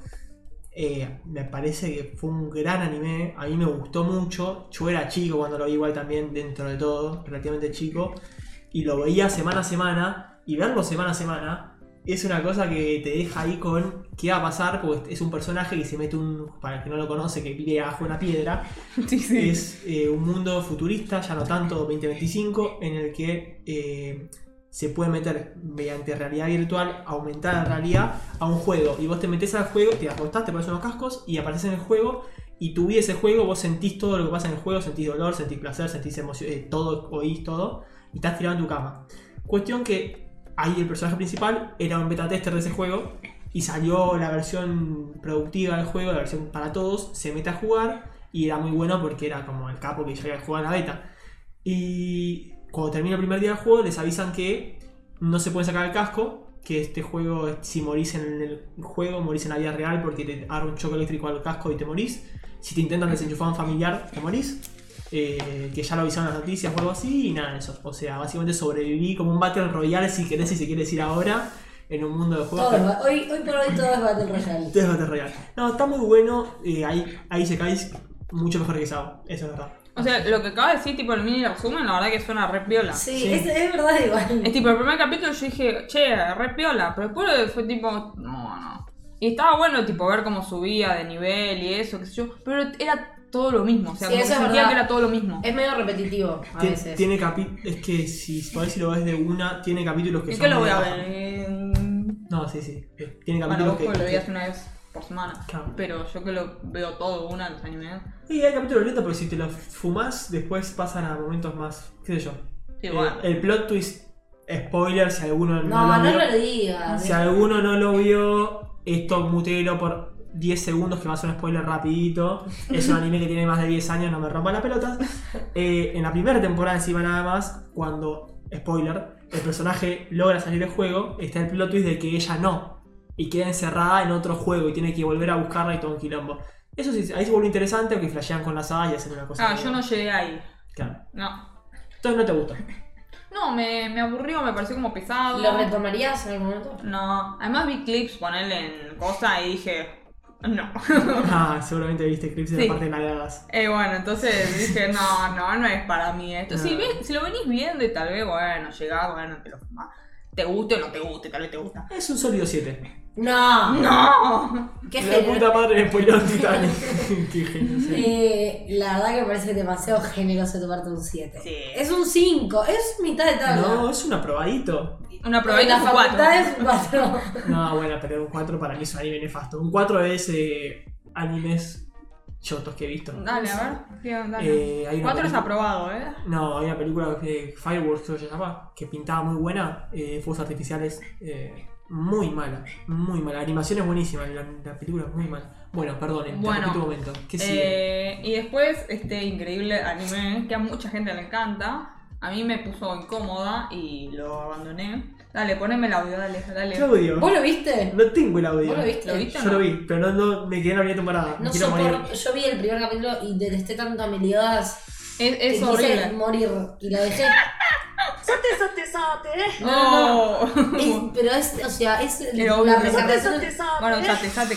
me parece que fue un gran anime, a mí me gustó mucho, yo era chico cuando lo vi igual también, dentro de todo, relativamente chico, y lo veía semana a semana, y verlo semana a semana es una cosa que te deja ahí con qué va a pasar, porque es un personaje que se mete para el que no lo conoce, que vive abajo de una piedra. Sí, sí. Es un mundo futurista, ya no tanto 2025, en el que se puede meter mediante realidad virtual, aumentar la realidad a un juego. Y vos te metés al juego, te acostás, te pones unos cascos y apareces en el juego. Y tú vives ese juego, vos sentís todo lo que pasa en el juego, sentís dolor, sentís placer, sentís emoción, todo, oís todo. Y estás tirado en tu cama. Cuestión que ahí el personaje principal era un beta tester de ese juego. Y salió la versión productiva del juego, la versión para todos. Se mete a jugar. Y era muy bueno porque era como el capo que ya había jugado en la beta. Y cuando termina el primer día del juego, les avisan que no se puede sacar el casco. Que este juego, si morís en el juego, morís en la vida real porque te agarra un choque eléctrico al casco y te morís. Si te intentan desenchufar a un familiar, te morís. Que ya lo avisaron en las noticias o algo así. Y nada de eso. O sea, básicamente sobreviví como un Battle Royale, si querés y se quiere decir ahora. En un mundo de juegos. Hoy por hoy todo es Battle Royale. Todo es Battle Royale. No, está muy bueno. Ahí se cae mucho mejor que SAO. Eso es verdad. O sea, lo que acaba de decir, tipo el mini resumen, la verdad que suena re piola. Sí, Sí. Es verdad igual. Es tipo, el primer capítulo yo dije, che, re piola, pero después fue tipo, no. Y estaba bueno, tipo, ver cómo subía de nivel y eso, qué sé yo, pero era todo lo mismo, o sea, Sí, como que eso es sentía verdad. que era todo lo mismo. Es medio repetitivo a veces. Tiene capítulos. Es que si podés si lo ves de una, tiene capítulos que ¿Y son. qué lo voy a medio- ver? No, sí. Tiene Bueno, capítulos vos que. pues lo veías una vez por semana, Claro. pero yo que lo veo todo una de los animes. Y hay capítulos lentos, pero si te los fumás, después pasan a momentos más. ¿Qué sé yo? Sí, bueno. El plot twist, spoiler, si alguno No lo vio. lo digas. Si alguno no lo vio, esto mutero por 10 segundos, que va a ser un spoiler rapidito. Es un anime que tiene más de 10 años, no me rompan las pelotas. En la primera temporada encima nada más, cuando, spoiler, el personaje logra salir del juego, está el plot twist de que ella no. Y queda encerrada en otro juego y tiene que volver a buscarla y todo un quilombo. Eso sí, ahí se vuelve interesante, aunque flashean con las sagas y hacen una cosa. Ah, yo no llegué ahí. Claro. No. Entonces no te gusta. No, me aburrió, me pareció como pesado. ¿Lo retomarías en algún momento? No, además vi clips, ponerle en cosa y dije, no. Ah, seguramente viste clips de Sí. la parte de nalgadas. Bueno, entonces dije, no es para mí esto. No. Si lo venís viendo y tal vez, bueno, llegás, bueno, te guste o no te guste, tal vez te gusta. Es un sólido 7. No. ¡No! Qué La genio. puta madre me spoiló en Titanic. Qué genio, sí. La verdad que me parece demasiado generoso de tu parte un 7. Sí. Es un 5, es mitad de tabla. No, es un aprobadito. Una En probadita la fue 4. facultad es un 4. No, bueno, pero un 4 para mí es un anime nefasto. Un 4 es animes chotos que he visto. Dale, a ver. Sí, dale. Hay una 4 es película- aprobado, No, hay una película de Fireworks, creo que se llama, que pintaba muy buena. Fuegos artificiales, muy mala. Muy mala. La animación es buenísima, la película es muy mala. Bueno, perdonen, te Bueno, repito un momento. ¿Qué sigue? y después este increíble anime que a mucha gente le encanta. A mí me puso incómoda y lo abandoné. Dale, poneme el audio, dale. ¿Qué audio? ¿Vos lo viste? No tengo el audio. ¿Vos lo viste? ¿Lo viste? Yo lo vi, pero no me quedé en la primera temporada. No Me quiero morir. soporto. Yo vi el primer capítulo y detesté tanto a Meliodas Es que quise horrible. morir y la dejé. No. Oh. Pero es, o sea, es Pero la obvio. reencarnación. Bueno, cállate.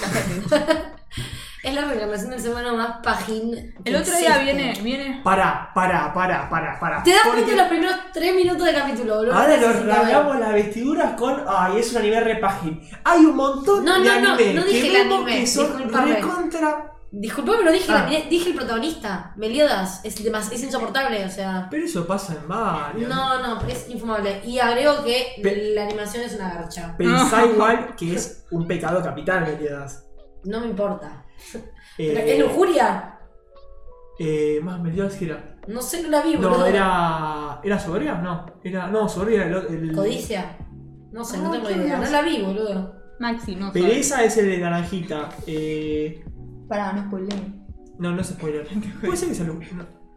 Es la reencarnación del ser humano más pajín. que El otro día existe. viene. Pará. Te das Porque cuenta en los primeros 3 minutos de capítulo, boludo. ahora nos Necesito ver. rasgamos las vestiduras con. Ay, es un anime re pajín. Hay un montón No, de no, no, anime no dije que el vemos anime, que son disculpame. recontra. Disculpame, pero dije, Ah. dije el protagonista, Meliodas. Es insoportable, o sea. Pero eso pasa en varios. No, es infumable. Y agrego que Pe- la animación es una garcha. Pensá igual que es un pecado capital, me quedas. No me importa. Pero ¿es lujuria? Más Meliodas que era. No sé, no la vi, No, boludo. ¿Era Soberbia? No. No, Soberbia era el. Codicia. No sé, no Ah, tengo ¿qué idea. más? No la vi, boludo. Maxi, no Pero sabe. esa es el de naranjita. Pará, no spoileen. No es spoiler. Puede ser que sea lujuria.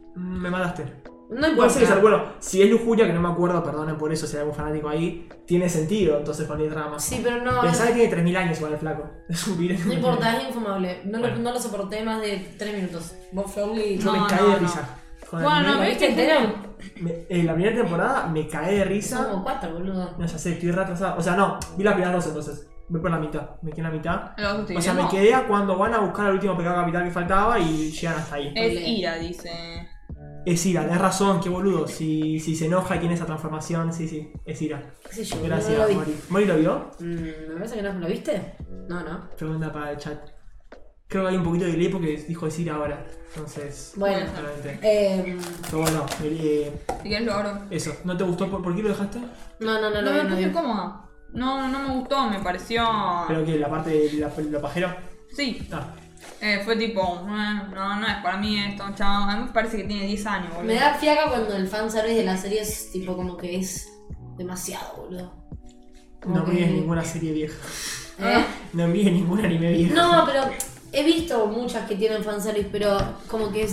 Me mataste. No Puede ser que sea. importa. Bueno, si es lujuria, que no me acuerdo, perdonen por eso, si hay algún fanático ahí, tiene sentido entonces con el drama. Sí, pero no. Pensá que tiene 3000 años igual el flaco. Es un virus. No importa, es infumable. No, Bueno. no lo soporté más de 3 minutos. Vos, Flowly. Yo No, me caí no, de no. risa. Con el Bueno, anime. ¿La viste entera? En la primera temporada me caí de Son risa. como 4, boludo. No, ya sé, estoy retrasado. O sea, no, vi las primeras 2 entonces. Voy por la mitad. Me quedé en la mitad. O sea, me quedé a cuando van a buscar el último pecado capital que faltaba y llegan hasta ahí. Es ira, dice. Es ira, tenés razón, qué boludo. Si se enoja y tiene esa transformación, sí, es ira. ¿Qué sé yo? Gracias, no lo vi. Mori. ¿Mori lo vio? Me parece que no. ¿Lo viste? No. Pregunta para el chat. Creo que hay un poquito de delay porque dijo es ira ahora. Entonces, Bueno. claramente. Pero bueno, Si querés lo abro. eso. ¿No te gustó? ¿Por qué lo dejaste? No No lo me vi. puse cómoda. No me gustó, me pareció. Pero que la parte de lo pajero. Sí. Ah, Fue tipo, no es para mí esto, chao. A mí me parece que tiene 10 años, boludo. Me da fiaca cuando el fanservice de la serie es tipo como que es demasiado, boludo. Como no que- mires ninguna serie vieja. ¿Eh? No mires ningún anime viejo. No, pero he visto muchas que tienen fanservice, pero como que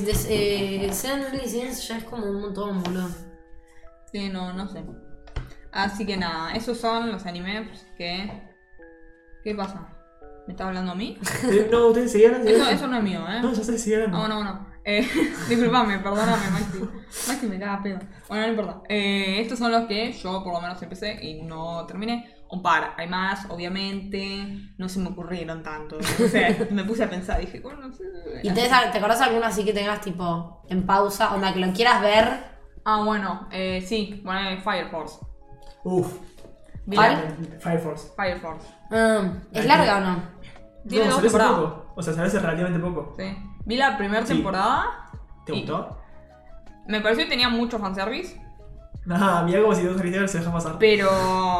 sean licencias ya es como un montón, boludo. Sí, no sé. Así que nada, esos son los animes que... ¿Qué pasa? ¿Me está hablando a mí? No, ustedes seguían. Eso no es mío, No, ya sé, seguían. Ah, bueno. Disculpame, perdóname, Maxi. Maxi me caga pedo. Bueno, no importa. Estos son los que yo por lo menos empecé y no terminé. Un par, hay más, obviamente. No se me ocurrieron tanto. Me puse a pensar, dije, bueno, no sé. ¿Y te acordás alguno así que tengas tipo en pausa, onda que lo quieras ver? Ah, bueno, sí, bueno, Fire Force. Uf. ¿Cuál? Fire Force. Fire Force. ¿Es larga o no? Tiene No, dos salió hace temporadas. poco. O sea, salió hace relativamente poco. Sí. Vi la primera Sí. temporada. ¿Te y gustó? Me pareció que tenía mucho fanservice. Nada, mira como si te saliste a ver se deja pasar. Pero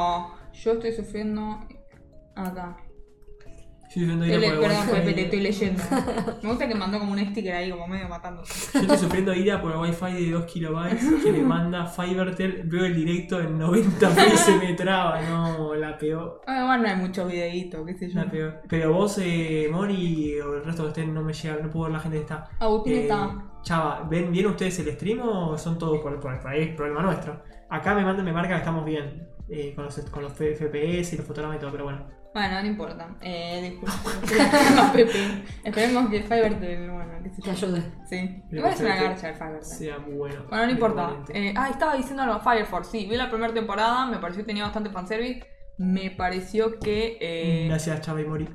yo estoy sufriendo acá. Yo estoy sufriendo ira por el Perdón, Pepe, te wifi. estoy leyendo. Me gusta que mandó como un sticker ahí, como medio matando. Yo estoy sufriendo ira por el wifi de 2 kilobytes que me manda Fivertel. Veo el directo en 90 p y se me traba. No, la peor. Bueno, no hay muchos videitos, qué sé yo. La peor. Pero vos, Mori, o el resto de ustedes no me llega, no puedo ver la gente que está. Agustín está. Chava, ¿ven bien ustedes el stream o son todos por ahí? Es problema nuestro. Acá me marca que estamos bien. Con los FPS y los fotogramas y todo, pero bueno. Bueno, no importa. Disculpa. Pepe. Esperemos que Fivertel, bueno, qué sé Te yo. ayude. Sí. Pero Igual es una que garcha el Fivertel. sea bueno. Bueno, no importa. Igualmente. Estaba diciendo algo, Fire Force. Sí, vi la primera temporada, me pareció que tenía bastante fanservice. Me pareció que... Gracias, Chava y Mori.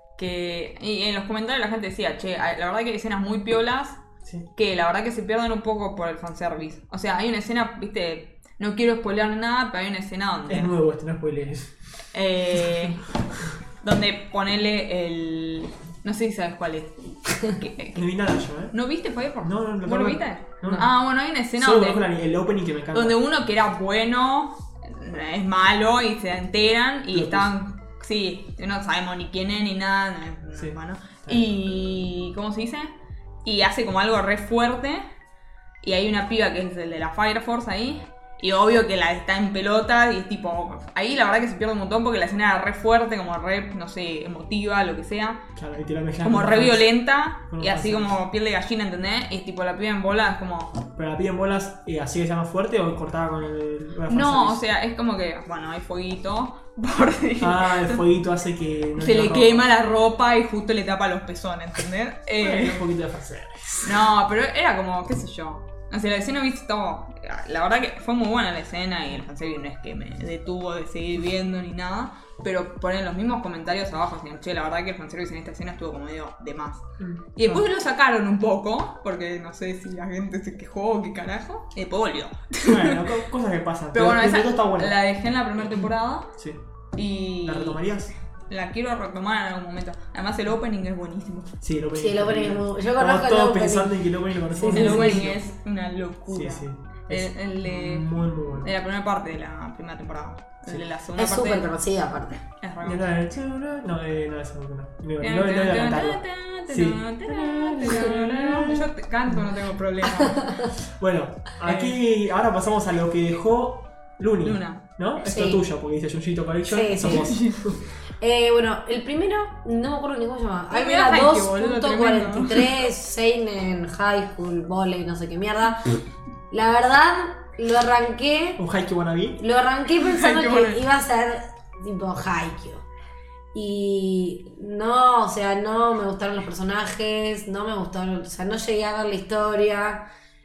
Y en los comentarios la gente decía, che, la verdad que hay escenas muy piolas Sí. que la verdad que se pierden un poco por el fanservice. O sea, hay una escena, viste, no quiero spoilear nada, pero hay una escena donde... Es nuevo este, no spoilers. Donde ponele el... No sé si sabes cuál es. No vi nada yo, ¿No viste Fire Force? No, ¿Vos lo viste? No. Ah, bueno, hay una escena Solo donde... conozco el opening que me encanta. Donde uno que era bueno es malo y se enteran y Lo están... Sí, no sabemos ni quién es ni nada. Sí. Bueno. Y... ¿Cómo se dice? Y hace como algo re fuerte. Y hay una piba que es el de la Fire Force ahí. Y obvio que la está en pelota y es tipo... Ahí la verdad que se pierde un montón porque la escena era re fuerte, como re, no sé, emotiva, lo que sea. Claro, y tirarme ya Como con re los fans. violenta Con y los así fans. como piel de gallina, ¿entendés? Y tipo la piba en bola es como... Pero la piden bolas así que se llama fuerte o cortada con el. con la No, o fanservice? sea, es como que, bueno, hay fueguito, por si Ah, el fueguito hace que. no se le ropa. quema la ropa y justo le tapa los pezones, ¿entendés? Bueno, un poquito de fanservice. No, pero era como, qué sé yo. O sea, la escena visto, la verdad que fue muy buena la escena y el fanservice no es que me detuvo de seguir viendo ni nada, pero ponen los mismos comentarios abajo, así, che, la verdad que el fanservice en esta escena estuvo como medio de más. Y después lo sacaron un poco, porque no sé si la gente se quejó o qué carajo, y después volvió. Bueno, cosas que pasan. Pero bueno, el esa piloto está bueno. la dejé en la primera temporada Sí. y... ¿La retomarías? La quiero retomar en algún momento. Además el opening es buenísimo. Sí, el opening. Sí, el opening es muy... Yo Estamos conozco el todos opening. pensando en que el opening lo conocemos. El sí, opening sí. es una locura. Sí, sí. El de... Muy, muy bueno. De la primera parte de la primera temporada. Sí. El de la segunda Es parte. súper conocida aparte. Es re No, bueno. no, esa no. No voy a cantarlo. Sí. Yo te canto, no tengo problema. Bueno, aquí ahora pasamos a lo que dejó Luna. ¿No? Esto Sí. es tuyo, porque dice Junjito Collection. Sí, sí. Somos. Bueno, el primero, no me acuerdo ni cómo se llamaba. Ay, Era Haikyuu, boludo, 2.43, Seinen, High School, Volley, no sé qué mierda. La verdad, lo arranqué Un Haikyuu wannabe. pensando Haikyuu, que bueno. iba a ser tipo Haikyuu. Y no, o sea, no me gustaron los personajes, no me gustaron, o sea, no llegué a ver la historia.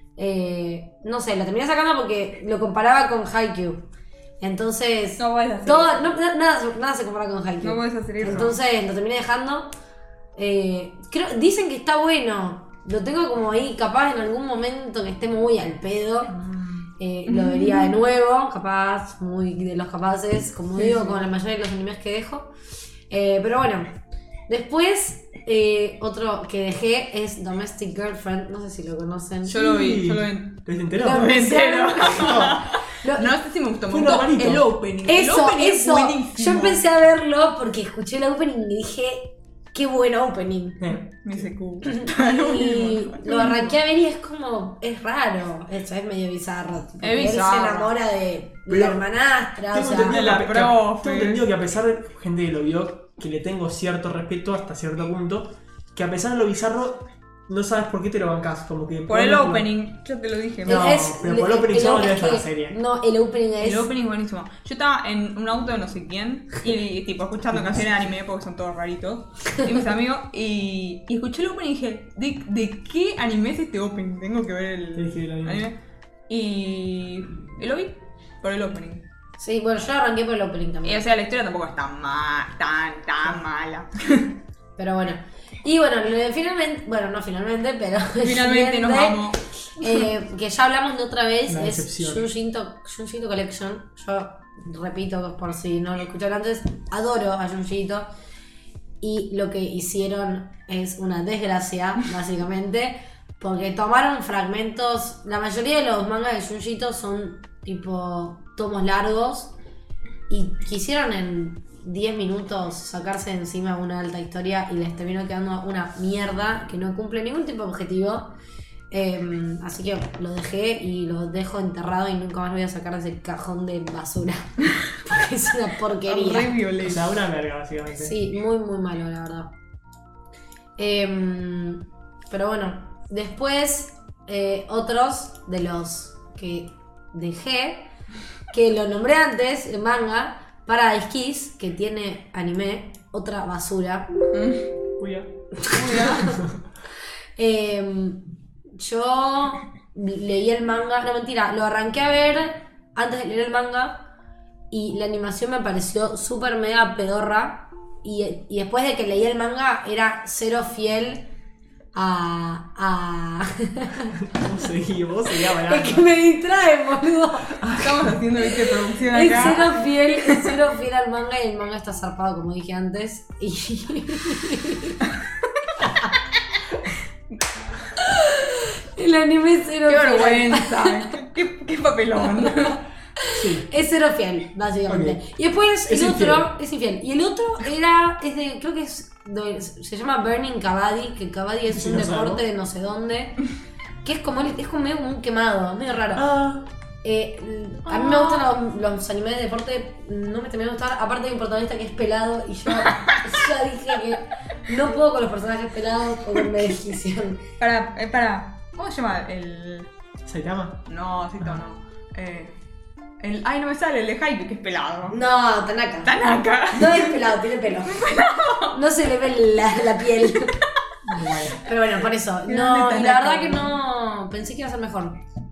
No sé, la terminé sacando porque lo comparaba con Haikyuu. Entonces, No puedes hacer todo, eso. nada se compara con Haikyuu. No puedes hacer eso. Entonces lo terminé dejando. Dicen que está bueno. Lo tengo como ahí, capaz en algún momento que esté muy al pedo. Lo vería de nuevo, capaz, muy de los capaces, como digo, con la mayoría de los animes que dejo. Pero bueno, después otro que dejé es Domestic Girlfriend, no sé si lo conocen. Yo lo vi. ¿Lo viste entero? Lo vi. entero. Lo- No sé si me gustó. Me Fue gustó normalito. el opening. El Eso, opening es eso. buenísimo. Yo empecé a verlo porque escuché el opening y dije, qué buen opening. Me secó. Y lo arranqué a ver y es como, es raro, eso es medio bizarro. Tipo, él bizarro. se enamora de Pero la hermanastra, o Tengo sea, entendido, la profe. tengo entendido que a pesar de gente que lo vio, que le tengo cierto respeto hasta cierto punto, que a pesar de lo bizarro, no sabes por qué te lo bancas. Como que Por el pones- opening, yo te lo dije. No, pero por el opening solo debe estar la que- serie. No, el opening es... El opening es buenísimo. Yo estaba en un auto de no sé quién y tipo escuchando canciones de anime porque son todos raritos y mis amigos y escuché el opening y dije, ¿de qué anime es este opening? Tengo que ver el Elegí el anime. y lo vi por el opening. Sí, bueno, yo arranqué por el opening Y, también. o sea, la historia tampoco es tan mala. Pero bueno. Y bueno, finalmente, bueno, no finalmente, pero... Finalmente nos vamos. Que ya hablamos de otra vez, La es decepción. Junjito Collection. Yo repito, por si no lo escucharon antes, adoro a Junjito. Y lo que hicieron es una desgracia, básicamente, porque tomaron fragmentos. La mayoría de los mangas de Junjito son tipo tomos largos y quisieron en 10 minutos sacarse de encima una alta historia y les terminó quedando una mierda que no cumple ningún tipo de objetivo. Así que lo dejé y lo dejo enterrado y nunca más lo voy a sacar de ese cajón de basura. Porque es una Re porquería. O violento. sea, una verga, básicamente. Sí, muy muy malo, la verdad. Pero bueno, después otros de los que dejé, que lo nombré antes, el manga, Paradise Kiss, que tiene anime, otra basura. Uy, ya. Yo leí el manga, no mentira, lo arranqué a ver antes de leer el manga y la animación me pareció súper mega pedorra y después de que leí el manga era cero fiel a... Vos seguís hablando. Es que me distrae, boludo. Estamos haciendo producción Es acá. cero fiel al manga y el manga está zarpado como dije antes y... El anime es cero Qué fiel. vergüenza. Qué papelón. Sí. Es cero fiel, básicamente. Ok. Y después Es el otro infiel. es infiel. Y el otro es de, creo que se llama Burning Kabaddi, que Kabaddi es Sí, un no deporte sabemos. de no sé dónde. Que es como medio como un quemado, medio raro. Ah, A mí me gustan los animes de deporte, no me terminan de gustar. Aparte hay un protagonista que es pelado y yo ya dije que no puedo con los personajes pelados por me desquician. Para. ¿Cómo se llama? El. ¿Saitama? No, Cito no. Ay, no me sale, el de Hype, que es pelado. No, Tanaka. Tanaka. No es pelado, tiene pelo. No se le ve la piel. Bueno. Pero bueno, por eso. Grande No, y la Tanaka. verdad que no. Pensé que iba a ser mejor.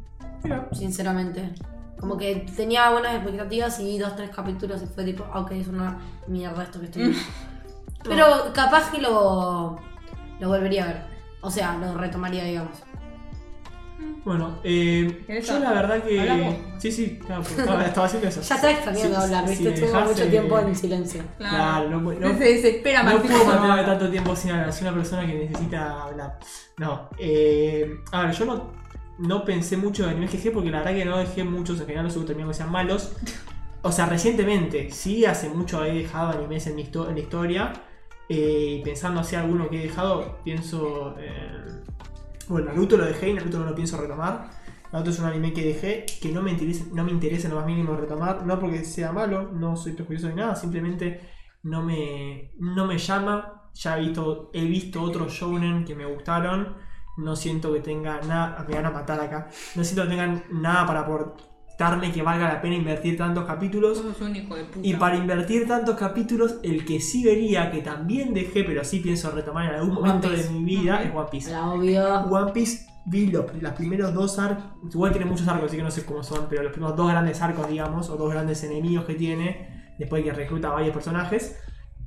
sinceramente. Como que tenía buenas expectativas y 2-3 capítulos y fue tipo, ok, es una mierda esto que estoy viendo. Pero capaz que lo volvería a ver. O sea, lo retomaría, digamos. Bueno, yo la verdad que... ¿Hablamos? Sí, claro, pues, estaba haciendo eso. Ya estaba extrañando hablar, ¿viste? Estuvo mucho tiempo en silencio. Claro, no Se desespera no Martín. puedo mantenerme tanto tiempo sin hablar. Soy una persona que necesita hablar. No, a ver, yo no pensé mucho de animes que dejé porque la verdad que no dejé muchos, en general no suelo terminar que sean malos. O sea, recientemente, sí, hace mucho he dejado animes en la historia. Pensando así alguno que he dejado, pienso... bueno, Naruto lo dejé y Naruto no lo pienso retomar. Naruto es un anime que dejé, que no me interesa en lo más mínimo retomar. No porque sea malo, no soy prejuicioso ni nada, simplemente no me llama. Ya he visto otros shounen que me gustaron. No siento que tenga nada. Me van a matar acá. No siento que tengan nada para aportarme que valga la pena invertir tantos capítulos. Sos un hijo de puta. Y para invertir tantos capítulos, el que sí vería, que también dejé, pero sí pienso retomar en algún momento de mi vida, es One Piece. Era obvio. One Piece vi los primeros 2 arcos, igual tiene muchos arcos, así que no sé cómo son, pero los primeros 2 grandes arcos, digamos, o 2 grandes enemigos que tiene, después de que recluta a varios personajes.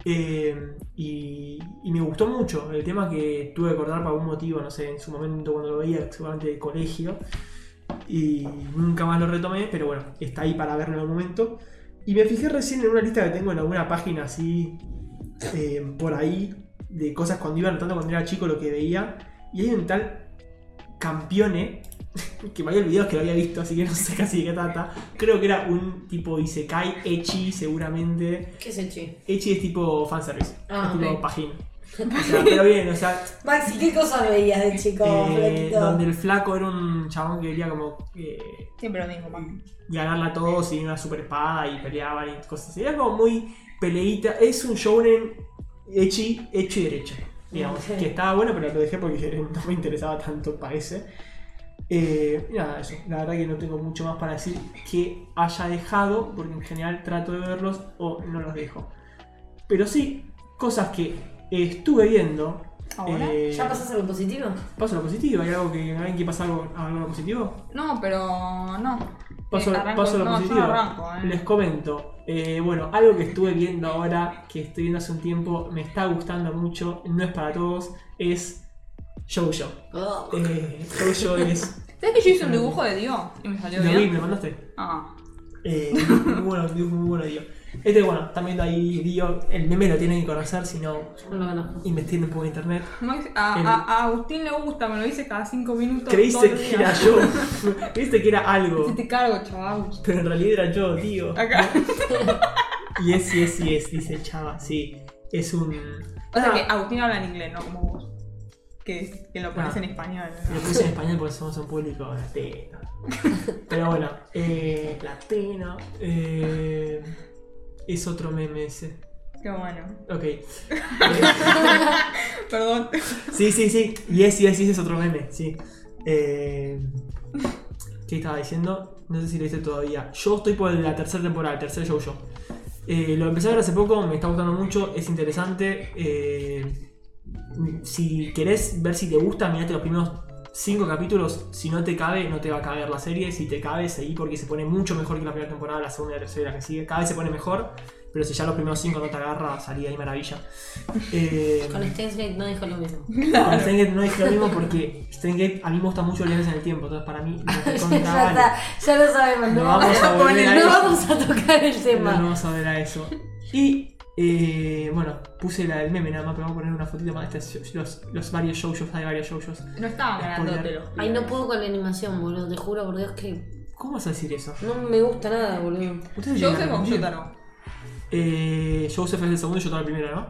Y me gustó mucho. El tema que tuve que cortar por algún motivo, no sé, en su momento cuando lo veía, seguramente de colegio. Y nunca más lo retomé, pero bueno, está ahí para verlo en el momento. Y me fijé recién en una lista que tengo en alguna página así, por ahí, de cosas cuando iba anotando cuando era chico lo que veía. Y hay un tal Campione, que me había olvidado que lo había visto, así que no sé casi de qué trata. Creo que era un tipo Isekai, Ecchi seguramente. ¿Qué es Ecchi? Ecchi es tipo fanservice, es tipo ok. pajín. O sea, pero bien, o sea, Maxi, ¿qué cosas veías de chico? Flaquito? donde el flaco era un chabón que quería como Siempre lo mismo, Martín. ganarla a todos y una super espada y peleaban y cosas así. Era como muy peleita. Es un shounen Ecchi hecho y derecho, digamos. Ok. Que estaba bueno, pero lo dejé porque no me interesaba tanto, parece. Y nada, eso. La verdad que no tengo mucho más para decir que haya dejado, porque en general trato de verlos o no los dejo. Pero sí, cosas que estuve viendo. ¿Ahora? ¿Ya pasás a lo positivo? Paso a lo positivo. ¿Hay algo que alguien quiere pasar algo positivo? No, pero no. Paso a lo no, positivo. yo no arranco, Les comento. Bueno, algo que estuve viendo ahora, que estoy viendo hace un tiempo, me está gustando mucho, no es para todos, es JoJo. Oh. JoJo es... ¿Sabes que yo hice un dibujo de Dio? Y me salió Lo vi, bien. me mandaste. Ah. Muy bueno, muy bueno Dio. Bueno, están viendo ahí Dio, el meme lo tienen que conocer, si no, No lo conozco. investiguen un poco en internet. A Agustín le gusta, me lo dice cada 5 minutos. Creíste todos los que era días. yo, creíste que era algo, Si te cargo, chaval. pero en realidad era yo, tío. Acá. Y es, dice Chava, sí. Es un... O sea que Agustín habla en inglés, no como vos. Que lo pones en español. Lo puse en español porque somos un público latino. Pero bueno, latino. Es otro meme ese. Qué bueno. Ok. Perdón. Sí. Y ese es otro meme, sí. ¿Qué estaba diciendo? No sé si lo viste todavía. Yo estoy por la tercera temporada, el tercer JoJo. Lo empecé a ver hace poco, me está gustando mucho, es interesante. Si querés ver si te gusta, mirate los primeros 5 capítulos. Si no te cabe, no te va a caber la serie. Si te cabe, seguí porque se pone mucho mejor que la primera temporada, la segunda y la tercera, la que sigue. Cada vez se pone mejor, pero si ya los primeros 5 no te agarra, salí ahí maravilla. Con Steins Gate no dijo lo mismo. Con Steins Gate no dije lo mismo porque Steins Gate a mí me gusta mucho los viajes en el tiempo. Entonces para mí no te Ya conta, está, vale. ya lo sabemos. No vamos a volver a no eso. vamos a tocar el No tema. vamos a ver a eso. Y bueno, puse el meme nada más, pero vamos a poner una fotito más. Los varios JoJos, hay varios JoJos. No estaban ganándotelo. Ay, no puedo con la animación, boludo. Te juro por Dios que ¿Cómo vas a decir eso? no me gusta nada, boludo. ¿Ustedes Yo llegan sé a con confundir? Yotaro. Joseph es el segundo y Yotaro el primero, ¿no?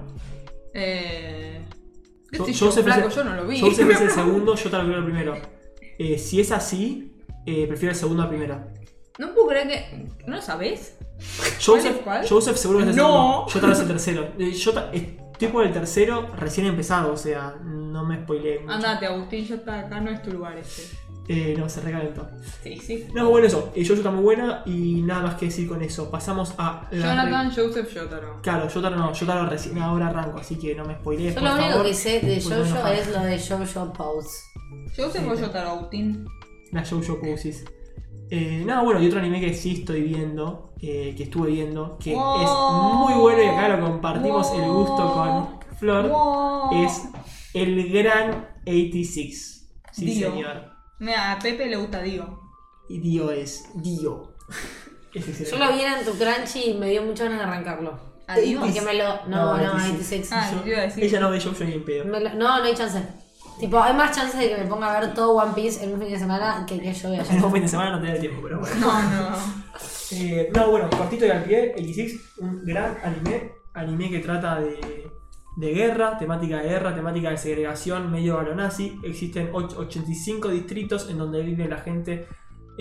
¿Qué sé yo, Joseph flaco? es Yo no lo vi. Joseph es el segundo, Yotaro el primero. Si es así, prefiero el segundo al primero. No puedo creer que... ¿No lo sabés? Joseph, ¿Cuál? Joseph seguro que es el No. segundo. Yotaro es el tercero. Estoy por el tercero recién empezado, o sea, no me spoileé mucho. Andate, Agustín, yo está acá, no es tu lugar este. No, se recalentó. Sí. No, bueno, eso. Jojo está muy buena y nada más que decir con eso. Pasamos a la... Jonathan Joseph Yotaro. Claro, Yotaro recién ahora arranco, así que no me spoilees, Yo por lo único favor. que sé de Porque me JoJo enoja. es lo de JoJo Pose. Joseph o Yotaro, Agustín. La Jojo Pusis. Nada, bueno, y otro anime que sí estoy viendo, que estuve viendo, que es muy bueno y acá lo compartimos el gusto con Flor, es el Gran 86. Sí, Dio. señor. Mira, a Pepe le gusta Dio. Y Dio es Dio. Es excelente. Yo lo vi en tu Crunchy y me dio muchas ganas de arrancarlo. ¿A Dio? Porque me lo. No, 86. 86. Ah, Yo- te iba a decir. ella no ve yo ni en pedo. No hay chance. Tipo, hay más chances de que me ponga a ver todo One Piece en un fin de semana que yo vea. En un fin de semana no te da el tiempo, pero bueno. No. No, bueno, cortito y al pie, 86, un gran anime que trata de guerra, temática de segregación medio a lo nazi. Existen 85 distritos en donde vive la gente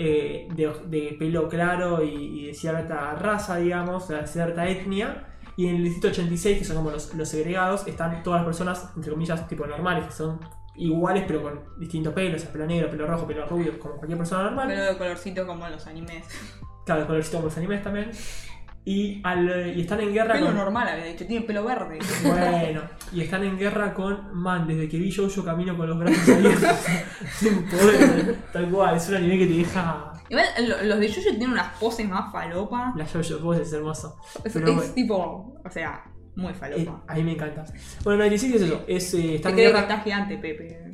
de pelo claro y de cierta raza, digamos, de cierta etnia. Y en el distrito 86, que son como los segregados, están todas las personas, entre comillas, tipo normales, que son iguales pero con distintos pelos, pelo negro, pelo rojo, pelo rubio, como cualquier persona normal. Pero de colorcito como en los animes. Claro, el colorcito como los animes también. Y están en guerra Pelo con... normal había dicho, tiene pelo verde. Bueno, y están en guerra con... Man, desde que vi yo camino con los brazos abiertos, sin poder, tal cual. Es un anime que te deja... Igual los de Yuyo tienen unas poses más falopa. La yo vos es hermoso. Es Pero bueno, tipo, o sea, muy falopa. a mí me encanta. Bueno, 96 es eso. Es, Te están en creo que guerra... está gigante, Pepe.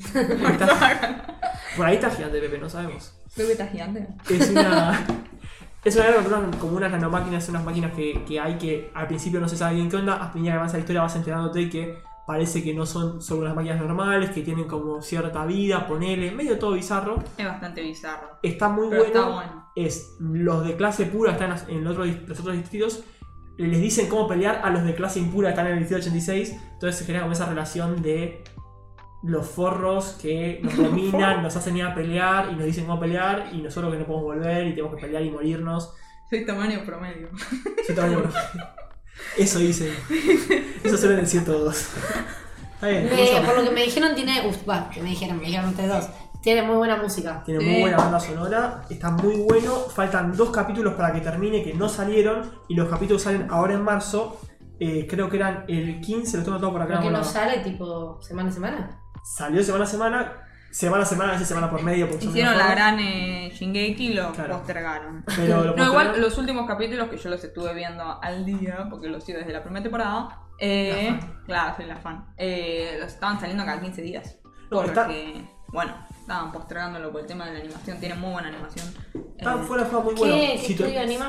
Por ahí está gigante, Pepe, no sabemos. Pepe está gigante. Es una... Es una guerra que tratan como unas nanomáquinas, unas máquinas que hay que al principio no se sabe bien qué onda. A medida que avanza la historia vas enterándote que parece que no son solo unas máquinas normales, que tienen como cierta vida, ponele, medio todo bizarro. Es bastante bizarro. Está muy Pero bueno. está bueno. Es los de clase pura están en los otros distritos. Les dicen cómo pelear a los de clase impura que están en el distrito 86. Entonces se genera como esa relación de los forros que nos dominan, nos hacen ir a pelear y nos dicen cómo pelear, y nosotros que no podemos volver y tenemos que pelear y morirnos. Soy tamaño promedio. Soy tamaño promedio. Eso dicen. Eso suelen decir todos. Está bien. Por lo que me dijeron, tiene. Que me dijeron ustedes dos. Tiene muy buena música. Tiene Sí. muy buena banda sonora, está muy bueno. Faltan 2 capítulos para que termine, que no salieron, y los capítulos salen ahora en marzo. Creo que eran el 15, lo tengo todo por acá. Porque bueno, no sale tipo semana a semana. Salió semana a semana, a veces semana por medio. Porque son Hicieron mejor. la gran Shingeki y lo Claro. postergaron. Pero lo No, postergaron. igual los últimos capítulos que yo los estuve viendo al día, porque los sigo desde la primera temporada. La fan. Claro, soy la fan. Los estaban saliendo cada 15 días. No, Porque, bueno, estaban postergándolo por el tema de la animación. Tienen muy buena animación. Está fuera de juego muy bueno. ¿Qué Si tú- estudio anima?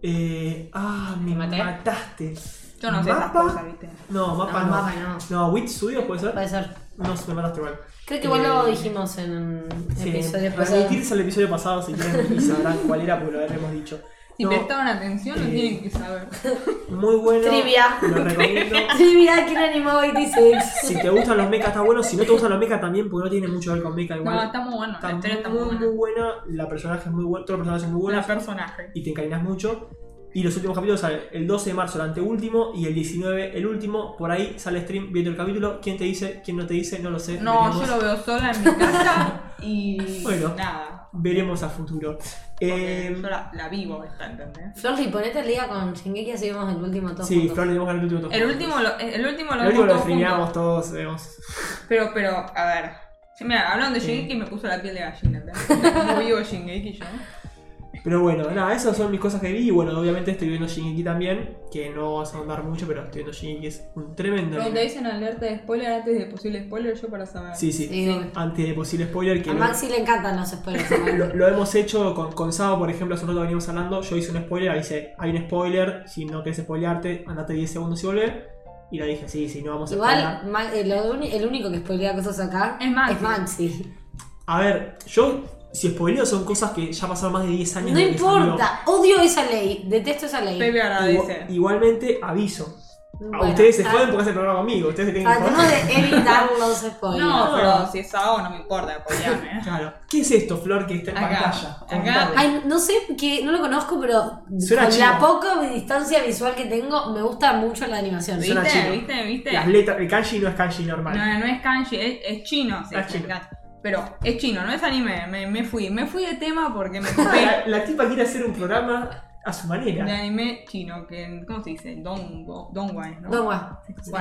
Me maté? mataste. Yo no sé esas ¿Mapa? cosas, ¿viste? No, mapa No, no. Mapa no. No, Wit Studios puede ser. Puede ser. No, me mataste igual. Creo que igual lo dijimos en Sí, episodios pasados. remitirse al episodio pasado si quieren y sabrán cuál era porque lo habremos dicho. Si No, prestaban atención, lo tienen que saber. muy bueno. Trivia. Lo recomiendo. Mira quién animó 86. Si te gustan los mechas está bueno, si no te gustan los mechas también porque no tiene mucho que ver con mecha igual. No, está muy bueno. Está La historia está muy, muy muy buena. buena, la personaje es muy buena, todos los personajes son muy Buen buenos personaje. y te encariñas mucho. Y los últimos capítulos salen el 12 de marzo el anteúltimo y el 19 el último. Por ahí sale stream viendo el capítulo. ¿Quién te dice? ¿Quién no te dice? No lo sé. No, veremos. yo lo veo sola en mi casa y Bueno. nada. Veremos a futuro. Porque yo la vivo esta, ¿entendés? Flor, y ponete al día con Shingeki, así vemos el último todos Sí, juntos. Flor, le dimos el último toque. El último lo El último vemos lo todos streameamos juntos. todos, vemos. Pero, a ver. Sí, mira, hablando de Sí. Shingeki me puso la piel de gallina, ¿entendés? Como vivo Shingeki yo. Pero bueno, nada, esas son mis cosas que vi. Y bueno, obviamente estoy viendo Shingeki también. Que no vas a ahondar mucho, pero estoy viendo Shingeki, es un tremendo Cuando te anime. dicen alerta de spoiler antes de posible spoiler, yo para saber. Sí, sí. Sí. Antes de posible spoiler, que A Maxi le encantan los spoilers. lo hemos hecho con Sabo, por ejemplo, hace un rato veníamos hablando. Yo hice un spoiler, ahí dice, hay un spoiler. Si no querés spoilearte, andate 10 segundos y volvé. Y le dije, sí, no vamos a spoilear. Igual, el único que spoilea cosas acá Es Maxi. es Maxi. A ver, yo, si spoileo son cosas que ya pasaron más de 10 años. No desde que salió. importa, odio esa ley, detesto esa ley. Pepe agradece. Igualmente, aviso. Bueno, ustedes se joden porque hacen programa conmigo. Ustedes se tienen que tratemos joder. de evitar los spoilers. No, pero si es Sao no me importa apoyarme, ¿eh? Claro. ¿Qué es esto, Flor, que está en Acá, pantalla? acá. Comentame. Ay, no sé, que no lo conozco, pero Suena con chino. la poca distancia visual que tengo, me gusta mucho la animación. Suena chino. ¿Viste? Las letras, el kanji no es kanji normal. No es kanji, es chino. Sí, Es chino. Pero es chino, no es anime. Me fui de tema porque me ocupé La tipa quiere hacer un programa a su de manera. anime chino, que ¿cómo se dice? Dongwai, ¿no? Dongua. Bueno,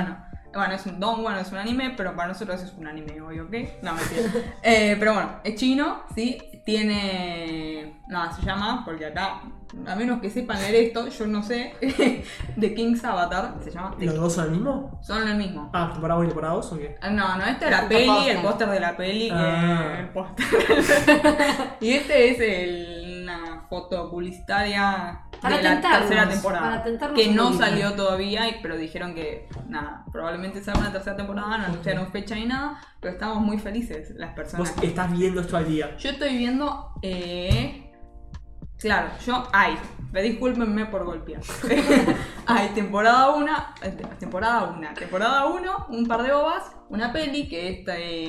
Bueno, es un donghua, no es un anime, pero para nosotros es un anime, obvio, ¿ok? No, mentira. Pero bueno, es chino, ¿sí? Tiene... No, se llama, porque acá, a menos que sepan leer esto, yo no sé. The King's Avatar, se llama. ¿Los dos son el mismo? Son el mismo. Ah, ¿temporada 1 y temporada 2 o qué? No, esta es la Puta peli, posta. el póster de la peli, Ah. el póster. Y este es una foto publicitaria Para de la tentarnos, tercera temporada. para tentarnos Que un no poquito. salió todavía, pero dijeron que nada, probablemente salga una tercera temporada, no anunciaron fecha ni nada, pero estamos muy felices las personas. Vos estás viendo esto al día. Yo estoy viendo, claro, discúlpenme por golpear. Hay temporada 1, un par de bobas, una peli que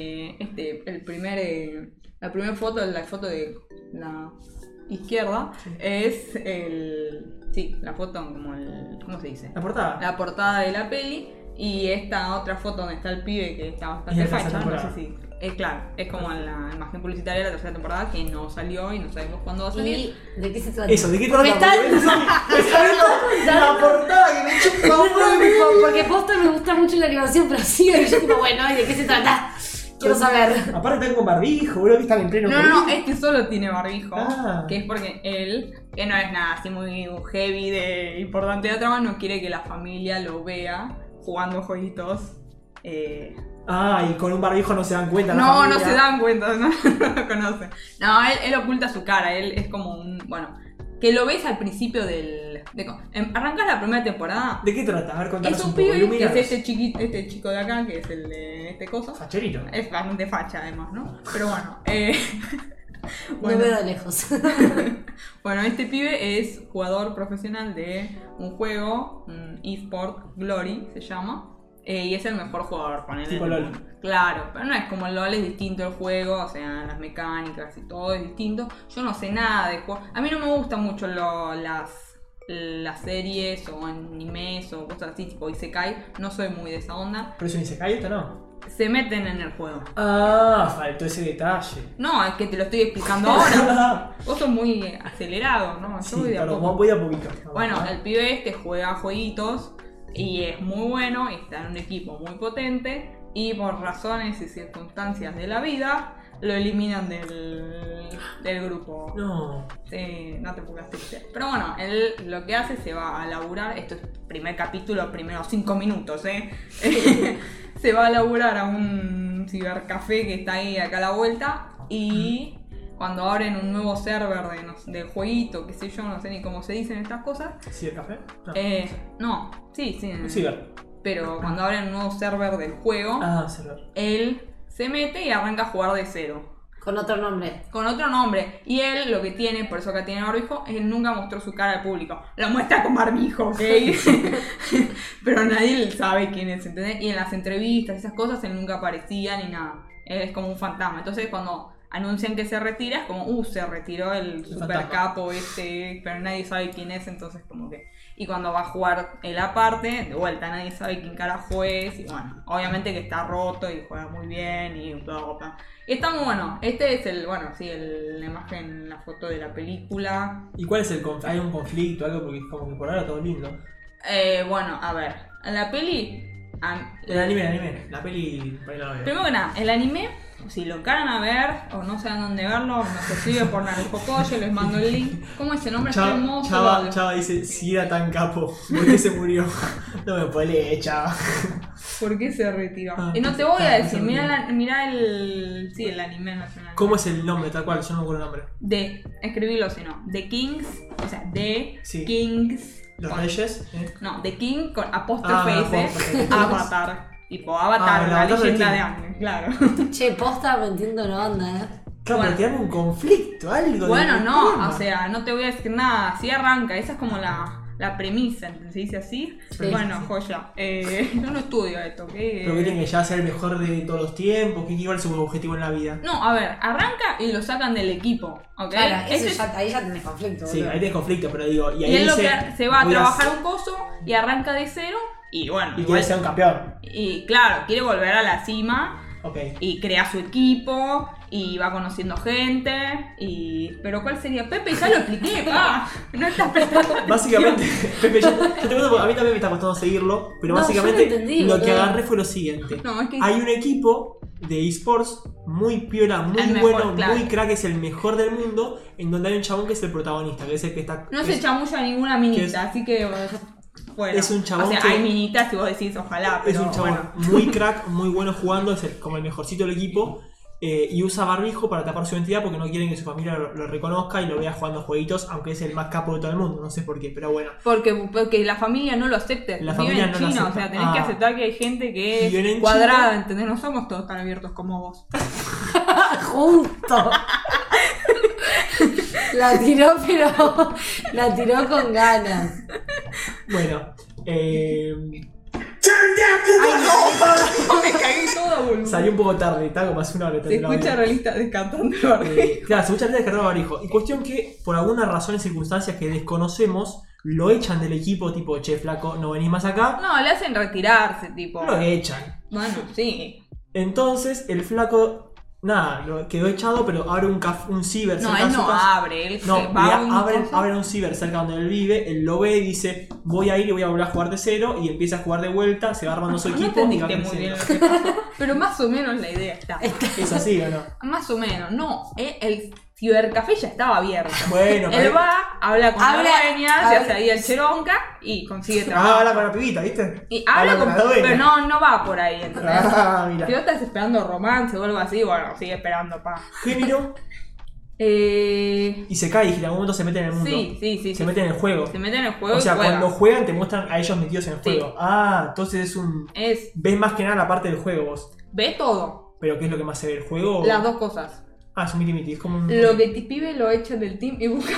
la primera foto, la foto de la izquierda, es la foto como ¿cómo se dice? ¿La portada? La portada de la peli. Y esta otra foto donde está el pibe que está bastante Es la tercera facha, no sé temporada. si. Claro, es como la imagen publicitaria de la tercera temporada que no salió y no sabemos cuándo va a salir. ¿Y de qué se trata? Eso, ¿de qué trata? Porque está... Me está viendo la portada que me chupa un huevo. Porque posta me gusta mucho la animación, pero sí, y yo tipo, bueno, ¿y de qué se trata? Quiero saber. Aparte están con barbijo, boludo, que están en pleno No, COVID. este solo tiene barbijo. Ah. Que es porque él, que no es nada así muy heavy de importante de la trama, no quiere que la familia lo vea jugando jueguitos. Y con un barbijo no se dan cuenta. la No familia. se dan cuenta, no lo conocen. No, él oculta su cara, él es como un. Bueno, que lo ves al principio arrancas la primera temporada. ¿De qué trata? A ver, contanos Es un un poco. pibe que Iluminanos. es este chico de acá, que es el de este coso. Facherito. Es bastante facha además, ¿no? Pero bueno, Me veo de lejos. Bueno, este pibe es jugador profesional de un juego, un eSport Glory se llama, y es el mejor jugador, ponele. Tipo LOL. Claro, pero no es como LOL, es distinto el juego, o sea, las mecánicas y todo es distinto. Yo no sé nada de juego. A mí no me gustan mucho las series o animes o cosas así, tipo Isekai, no soy muy de esa onda. ¿Pero es un Isekai esto no? Se meten en el juego. Faltó ese detalle. No, es que te lo estoy explicando ahora. Vos sos muy acelerado, ¿no? Yo Sí, voy de a pero poco. voy de a poquito. Bueno, el pibe este juega jueguitos y es muy bueno y está en un equipo muy potente y por razones y circunstancias de la vida lo eliminan del grupo. No. Sí, no te pongas triste. Pero bueno, él lo que hace se va a laburar, esto es primer capítulo, primeros 5 minutos, se va a laburar a un cibercafé que está ahí acá a la vuelta y cuando abren un nuevo server de jueguito, qué sé yo, no sé ni cómo se dicen estas cosas. ¿Cibercafé? No, sí. Ciber. Pero cuando abren un nuevo server del juego, Server. él se mete y arranca a jugar de cero. Con otro nombre. Con otro nombre. Y él lo que tiene, por eso que tiene barbijo, él nunca mostró su cara al público. Lo muestra con barbijo, ¿ok? Pero nadie sabe quién es, ¿entendés? Y en las entrevistas, esas cosas, él nunca aparecía ni nada. Él es como un fantasma. Entonces cuando anuncian que se retira, es como, se retiró el super fantasma. capo pero nadie sabe quién es, entonces como que... Y cuando va a jugar él aparte, de vuelta nadie sabe quién carajo es. Y bueno, obviamente que está roto y juega muy bien y bla, bla, bla. Y está muy bueno. Este es la imagen, la foto de la película. ¿Y cuál es el conflicto? ¿Hay un conflicto algo? Porque es como que por ahora todo lindo. Bueno, a ver, en la peli... El anime. La peli, por ahí la veo. Primero que nada, el anime, si lo encaran a ver o no saben dónde verlo, nos escribe por Narujo Koyo, les mando el link. ¿Cómo es ese nombre? Está hermoso. Chava dice, si era tan capo, ¿por qué se murió? No me peleé, Chava. ¿Por qué se retiró? Ah, Y no te voy a decir, se mirá el anime nacional. ¿Cómo es el nombre tal cual? Yo no me acuerdo el nombre. Escribilo si no, The Kings, o sea, The Sí. Kings. ¿Los con- Reyes? No, The King con apóstrofe S, apóstrofe. Avatar. Tipo, Avatar, el la Avatar del leyenda King. de Anne, claro. Che, posta, me entiendo la onda, Claro, Bueno. pero te dan un conflicto, algo. Bueno, de no, tema. o sea, no te voy a decir nada, así arranca, esa es como la premisa, ¿se dice así? Sí, Bueno, sí. joya. Yo no estudio esto, ¿ok? Pero que tiene que ya ser el mejor de todos los tiempos. ¿Cuál es su objetivo en la vida? No, a ver, arranca y lo sacan del equipo, ¿ok? Claro, Ese eso es- ahí ya tenés conflicto, Sí, boludo. ahí tienes conflicto, pero digo. Y ahí Y él lo dice, que se va a voy trabajar un coso y arranca de cero y bueno, Y igual- quiere ser un campeón. y claro, quiere volver a la cima Ok. y crea su equipo y va conociendo gente. Pero ¿cuál sería? Pepe, ya lo expliqué, pa. No estás prestando atención. Básicamente, Pepe, yo te cuento porque a mí también me está costando seguirlo, pero No, básicamente yo lo entendí, lo que boludo. agarré fue lo siguiente. No, es que Hay un equipo de esports muy piola, muy El mejor, bueno, claro. muy crack, es el mejor del mundo, en donde hay un chabón que es el protagonista, que es el que está... no se es- chamulla ninguna que minita, es- así que bueno. Es un chabón o sea, que- hay minitas y vos decís ojalá, Es pero un chabón bueno. muy crack, muy bueno jugando, es como el mejorcito del equipo. Y usa barbijo para tapar su identidad porque no quieren que su familia lo reconozca y lo vea jugando jueguitos, aunque es el más capo de todo el mundo, no sé por qué, pero bueno. Porque la familia no lo acepta. La Vive familia en no lo China, o acepta. sea, tenés que Ah. aceptar que hay gente que Viven es en cuadrada, China. ¿entendés? No somos todos tan abiertos como vos. Justo. La tiró con ganas. Bueno, Me cagué todo, boludo. salió un poco tarde, está como hace una hora. Se escucha realista descartando el barrio. Claro, se escucha el descargado barbijo. Y cuestión que, por algunas razones y circunstancias que desconocemos, lo echan del equipo, tipo, che, flaco, no venís más acá. No, le hacen retirarse, tipo. Lo echan. Bueno, sí. Entonces, el flaco, nada, lo quedó echado, pero abre un ciber No, cerca él de su no casa. abre, él No, se va a un abren, coso. abren un ciber cerca donde él vive, él lo ve y dice, voy a ir y voy a volver a jugar de cero, y empieza a jugar de vuelta, se va armando su No equipo y va entendiste muy bien creciendo. lo que pasó. Pero más o menos la idea está. ¿Es así o no? Más o menos, no. El cibercafé ya estaba abierto. Bueno, Él va, habla con Habla- la dueña, se habla- hace ahí el cheronca y consigue trabajo. habla con la pibita, ¿viste? Y habla con, la dueña. pero no va por ahí, ¿entendés? Ah, mira. Si vos estás esperando romance o algo así, bueno, sigue esperando, pa. Género, Sí, y se cae y en algún momento se mete en el mundo. sí. Se mete en el juego. Se mete en el juego O sea, y juega. cuando juegan te muestran a ellos metidos en el Sí. juego. Ah, entonces es un... Ves más que nada la parte del juego vos. Ve todo. Pero ¿qué es lo que más se ve? ¿El juego? Las dos cosas. Ah, es un miti-miti, es como un... Lo que te pibe lo echa del team y busca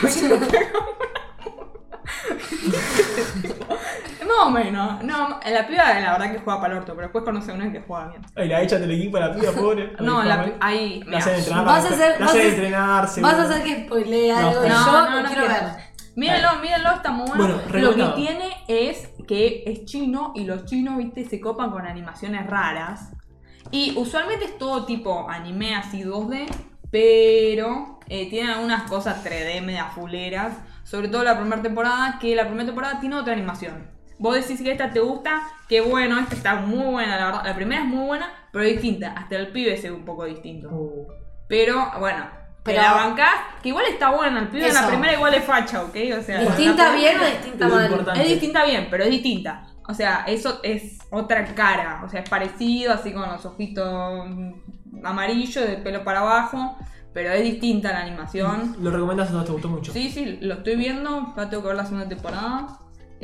Más o menos. No, la piba la verdad que juega para el orto, pero después conoce a una que juega bien. Ay, la echan del equipo a la piba, pobre. No, Ay, ahí. La Mira. hacen entrenar. Vas a hacer- La vas hacen a- entrenarse. Vas a hacer que spoilee algo y No, yo no lo quiero quiero. ver. Mírenlo, está muy bueno. Bueno, Lo que recomendado. tiene es que es chino y los chinos, viste, se copan con animaciones raras. Y usualmente es todo tipo anime así 2D, pero tiene algunas cosas 3D media fuleras. Sobre todo la primera temporada, que la primera temporada tiene otra animación. Vos decís que esta te gusta, que bueno, esta está muy buena, la verdad. La primera es muy buena, pero distinta. Hasta el pibe se ve un poco distinto. Pero bueno, Pero- te la bancás, que igual está buena. El pibe en la Eso. primera igual es facha, ¿ok? O sea, ¿Distinta la- bien o distinta Lo mal? importante. es distinta bien, pero es distinta. O sea, eso es otra cara. O sea, es parecido, así con los ojitos amarillos, de pelo para abajo. Pero es distinta la animación. ¿Lo recomendás o no te gustó mucho? Sí, lo estoy viendo. Ya tengo que ver la segunda temporada.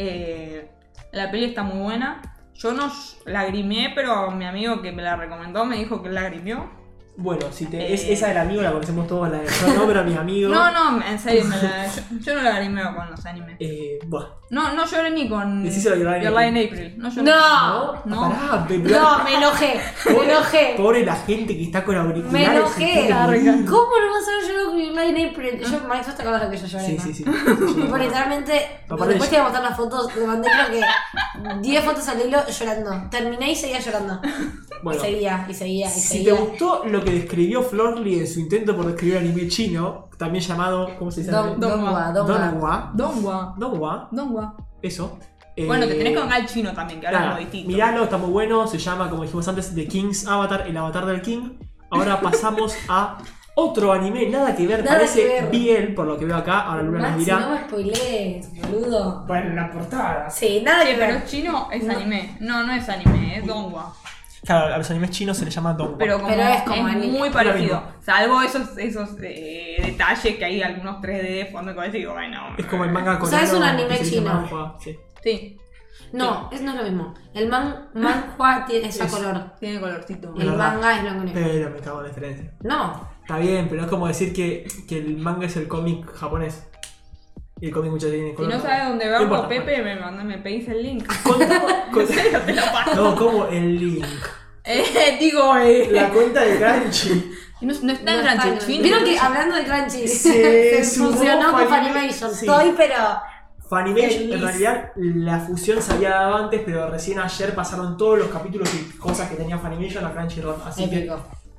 La peli está muy buena. Yo no lagrimeé, pero mi amigo que me la recomendó me dijo que lagrimió. Bueno, si te, es esa del amigo la conocemos todos, la de yo no, pero a mis amigos. No, en serio, yo no lagrimeo con los animes. Bueno. No lloré ni con Decíselo a Your Lie in Your Lie in April. No lloré. No. No. Pará, No, me enojé. Me enojé. Pobre la gente que está con auriculares. Me enojé. se quiere morir. ¿Cómo no vas a ver yo con Your Lie in April? Yo, Maestro, te acordás lo que yo lloré. Sí, ¿no? sí, sí. Tipo, literalmente, Aparte después yo- te voy a mostrar las fotos, te mandé creo que 10 fotos al hilo llorando. Terminé y seguía llorando. Bueno, Y seguía, y seguía, y si te seguía. gustó lo que describió Florly en su intento por describir anime chino, también llamado, ¿cómo se dice? Dongwa. Donghua. Dongwa. Donghua. Eso. Bueno, te tenés que vengar al chino también, que habla Nada, algo distinto. miralo, está muy bueno. Se llama, como dijimos antes, The King's Avatar, el avatar del King. Ahora pasamos a otro anime, nada que ver, Nada parece que ver. BL, por lo que veo acá. Ahora Luna nos Maxi, dirá. no me spoilees, boludo. Bueno, la portada. Sí, nada Sí, que pero ver. es chino, es No. anime. No es anime, es Dongwa. Claro, a los animes chinos se les llama Donghua. Pero, como Pero es como anime. muy Lo parecido. mismo. Salvo esos detalles que hay algunos 3D de fondo que digo, bueno. Es como el manga O sea, es un anime que se dice chino. manhwa, sí. Sí, No, eso no es lo mismo. El manhwa es a Es- color. tiene colorcito. El verdad. manga es blanco y negro. Pero me cago en la diferencia. No. Está bien, pero es como decir que el manga es el cómic japonés. Y el cómic muchas veces tiene Si color. no sabes dónde No verlo, importa, Pepe, me pedís el link. Contamos- En serio, te lo paso. No, como el link. Digo, La cuenta de Crunchy. no está en No está Crunchy, en- chino. Vieron que hablando de Crunchy Se se sumó fusionó con Funimation. Funimation. Sí. Estoy, pero. Funimation, Feliz. en realidad la fusión se había dado antes, pero recién ayer pasaron todos los capítulos y cosas que tenía Funimation a Crunchyroll. Así Épico. que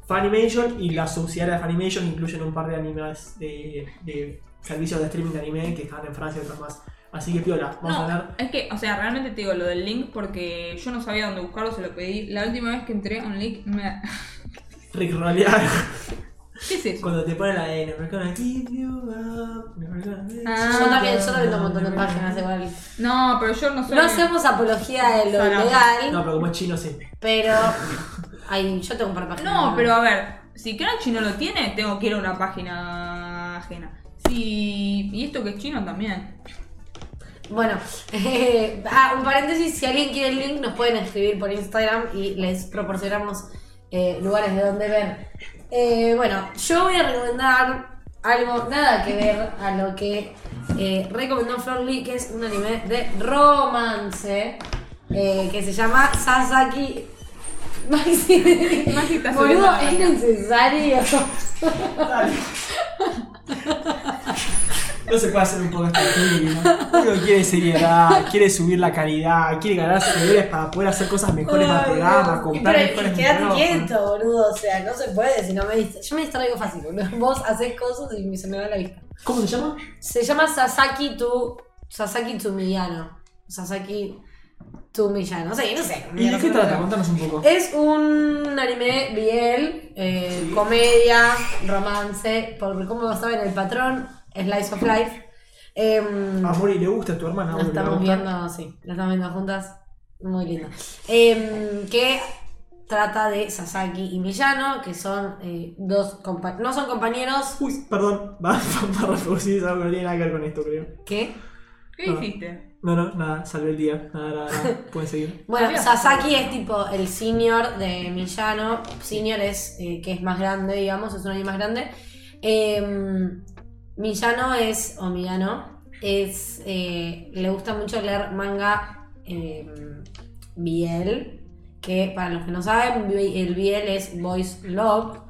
Funimation y la subsidiaria de Funimation incluyen un par de animes de servicios de streaming de anime que están en Francia y otros más. Así que piola, vamos a ver. Es que, o sea, realmente te digo lo del link porque yo no sabía dónde buscarlo, se lo pedí. La última vez que entré a un link me... Rickrolear. ¿Qué es eso? Cuando te ponen la de Never gonna give you up, never gonna let you Yo también down, tengo un montón de never páginas gonna- igual. No, pero yo no soy... No hacemos apología de lo Salame. ilegal, No, pero como es chino, sí. pero. Ay, yo tengo un par de páginas. No, pero a ver, si Crunchy no lo tiene, tengo que ir a una página ajena. Sí, y esto que es chino también. Bueno, un paréntesis, si alguien quiere el link nos pueden escribir por Instagram y les proporcionamos lugares de donde ver. Bueno, yo voy a recomendar algo nada que ver a lo que recomendó Flor Lee, que es un anime de romance que se llama Sasaki. Maxi, Maxi está subiendo boludo, la es vaca. necesario. Dale. No se puede hacer un poco esta actividad. Uno quiere seriedad, quiere subir la calidad, quiere ganar seguidores para poder hacer cosas mejores para el programa, comprar Pero mejores quédate micrófonos. quieto, boludo. O sea, no se puede si no me diste. Yo me distraigo fácil, boludo. Vos haces cosas y se me va la vista. ¿Cómo se llama? Se llama Sasaki to Miyano. Sasaki to Miyano. No sé. ¿Y de qué trata? Contanos un poco. Es un anime BL, Sí. comedia, romance, porque como saben el patrón, Slice of Life. A Mori le gusta, a tu hermana. Lo Mori le estamos gusta. viendo, sí, lo estamos viendo juntas. Muy lindo. Que trata de Sasaki y Miyano, que son dos compañeros. No son compañeros. Uy, perdón, va a reproducir algo que no tiene nada que ver con esto, creo. ¿Qué? ¿Qué hiciste? No, nada, salvé el día. Nada. Pueden seguir. Bueno, Había Sasaki es tipo el senior de Miyano. Senior es que es más grande, digamos, es un año más grande. Miyano le gusta mucho leer manga BL, que para los que no saben, el BL es Boys Love.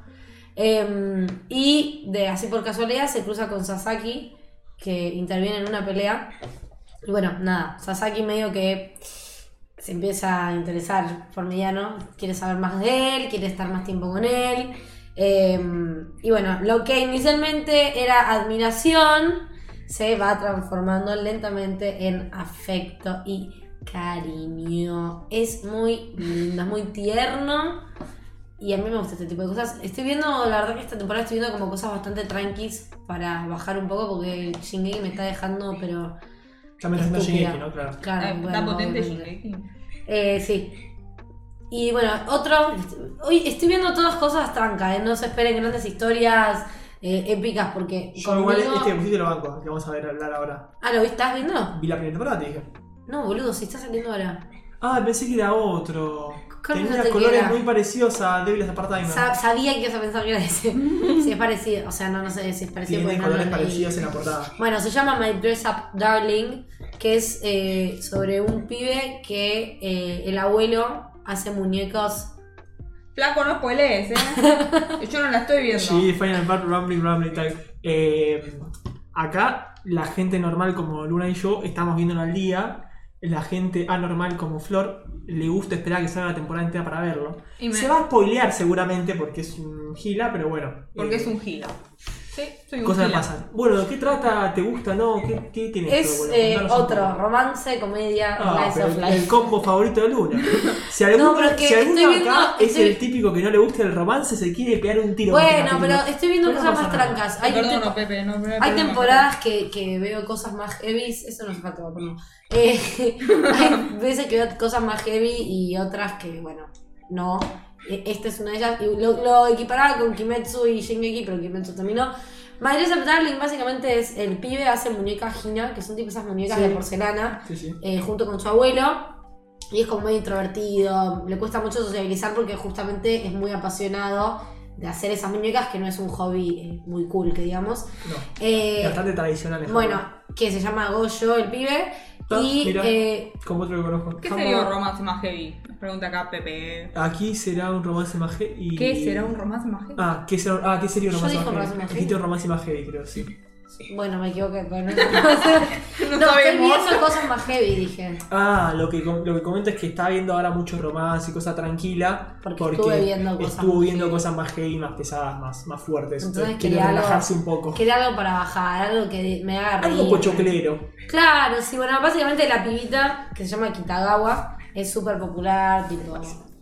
Y así por casualidad se cruza con Sasaki, que interviene en una pelea. Y bueno, nada, Sasaki medio que se empieza a interesar por Miyano, quiere saber más de él, quiere estar más tiempo con él. Y bueno, lo que inicialmente era admiración se va transformando lentamente en afecto y cariño. Es muy lindo, es muy tierno y a mí me gusta este tipo de cosas. Estoy viendo, la verdad que esta temporada estoy viendo como cosas bastante tranquis para bajar un poco porque Shingeki me está dejando, pero... Ya me está estúpida. Shingeki, ¿no? Claro. Claro, ¿Está bueno, potente obviamente. Shingeki? Sí. Y bueno, hoy estoy viendo todas cosas trancas, no se esperen grandes historias épicas porque Yo igual conmigo- este episodio lo banco, que vamos a ver hablar ahora. Ah, ¿lo estás viendo? Vi la primera temporada, te dije. No, boludo, si está saliendo ahora. Ah, pensé que era otro. ¿Cómo Tenía pensaste que colores era? muy parecidos a Devil's Part-Timer. Sabía que ibas a pensar que era ese. Sí, es parecido, o sea, no sé si es parecido. Tiene porque no colores lo leí. parecidos en la portada. Bueno, se llama My Dress Up Darling, que es sobre un pibe que el abuelo hace muñecos. Flaco, no spoilees, Yo no la estoy viendo. Sí, Final Part, Rumbling tal. Acá, la gente normal como Luna y yo estamos viéndolo al día. La gente anormal como Flor le gusta esperar que salga la temporada entera para verlo. Se va a spoilear seguramente porque es un gila, pero bueno. Porque es un gila. Sí, soy un Cosas que gila. pasan. Bueno, ¿de qué trata? ¿Te gusta? ¿No? ¿Qué tiene Es esto? Bueno, contanos un otro, poco. romance, comedia, Ah, Slice of pero Life. el combo favorito de Luna. Si alguno, No, pero es que si alguno estoy acá viendo- es estoy- el típico que no le gusta el romance, se quiere pegar un tiro. con este Bueno, capítulo. pero estoy viendo Pero no cosas más pasa nada. trancas. Perdono, Pepe, no me Hay perdono, temporadas que veo cosas más heavy, eso no hace falta, perdón. Hay veces que veo cosas más heavy y otras que, bueno, no. Esta es una de ellas. Y lo equiparaba con Kimetsu y Shingeki, pero Kimetsu terminó. My Dress Up Darling básicamente es el pibe hace muñecas Hina, que son tipo esas muñecas Sí. de porcelana, Sí, sí. junto con su abuelo. Y es como medio introvertido, le cuesta mucho sociabilizar porque justamente es muy apasionado de hacer esas muñecas, que no es un hobby muy cool, que digamos. No. Eh, Bastante tradicional. es bueno, verdad. que se llama Goyo, el pibe. Ah, Y mira. Como otro que conozco. ¿Qué Vamos- sería un romance más heavy? Nos pregunta acá Pepe. Aquí será un romance más heavy. ¿Qué será un romance más heavy? ¿Qué sería un Yo romance dije más romance heavy? más Dijiste un romance más heavy, creo, sí. Bueno, me equivoqué con eso. No No, estoy sabemos. viendo cosas más heavy, dije. Lo que comento es que está viendo ahora mucho romance y cosa tranquila. Porque estuve viendo cosas estuvo más viendo heavy. cosas más heavy, más pesadas, más fuertes. Entonces Quiere quería relajarse un poco. Quería algo para bajar, algo que me haga reír. Algo pochoclero. Claro, sí, bueno, básicamente la pibita, que se llama Kitagawa, es súper popular, tipo...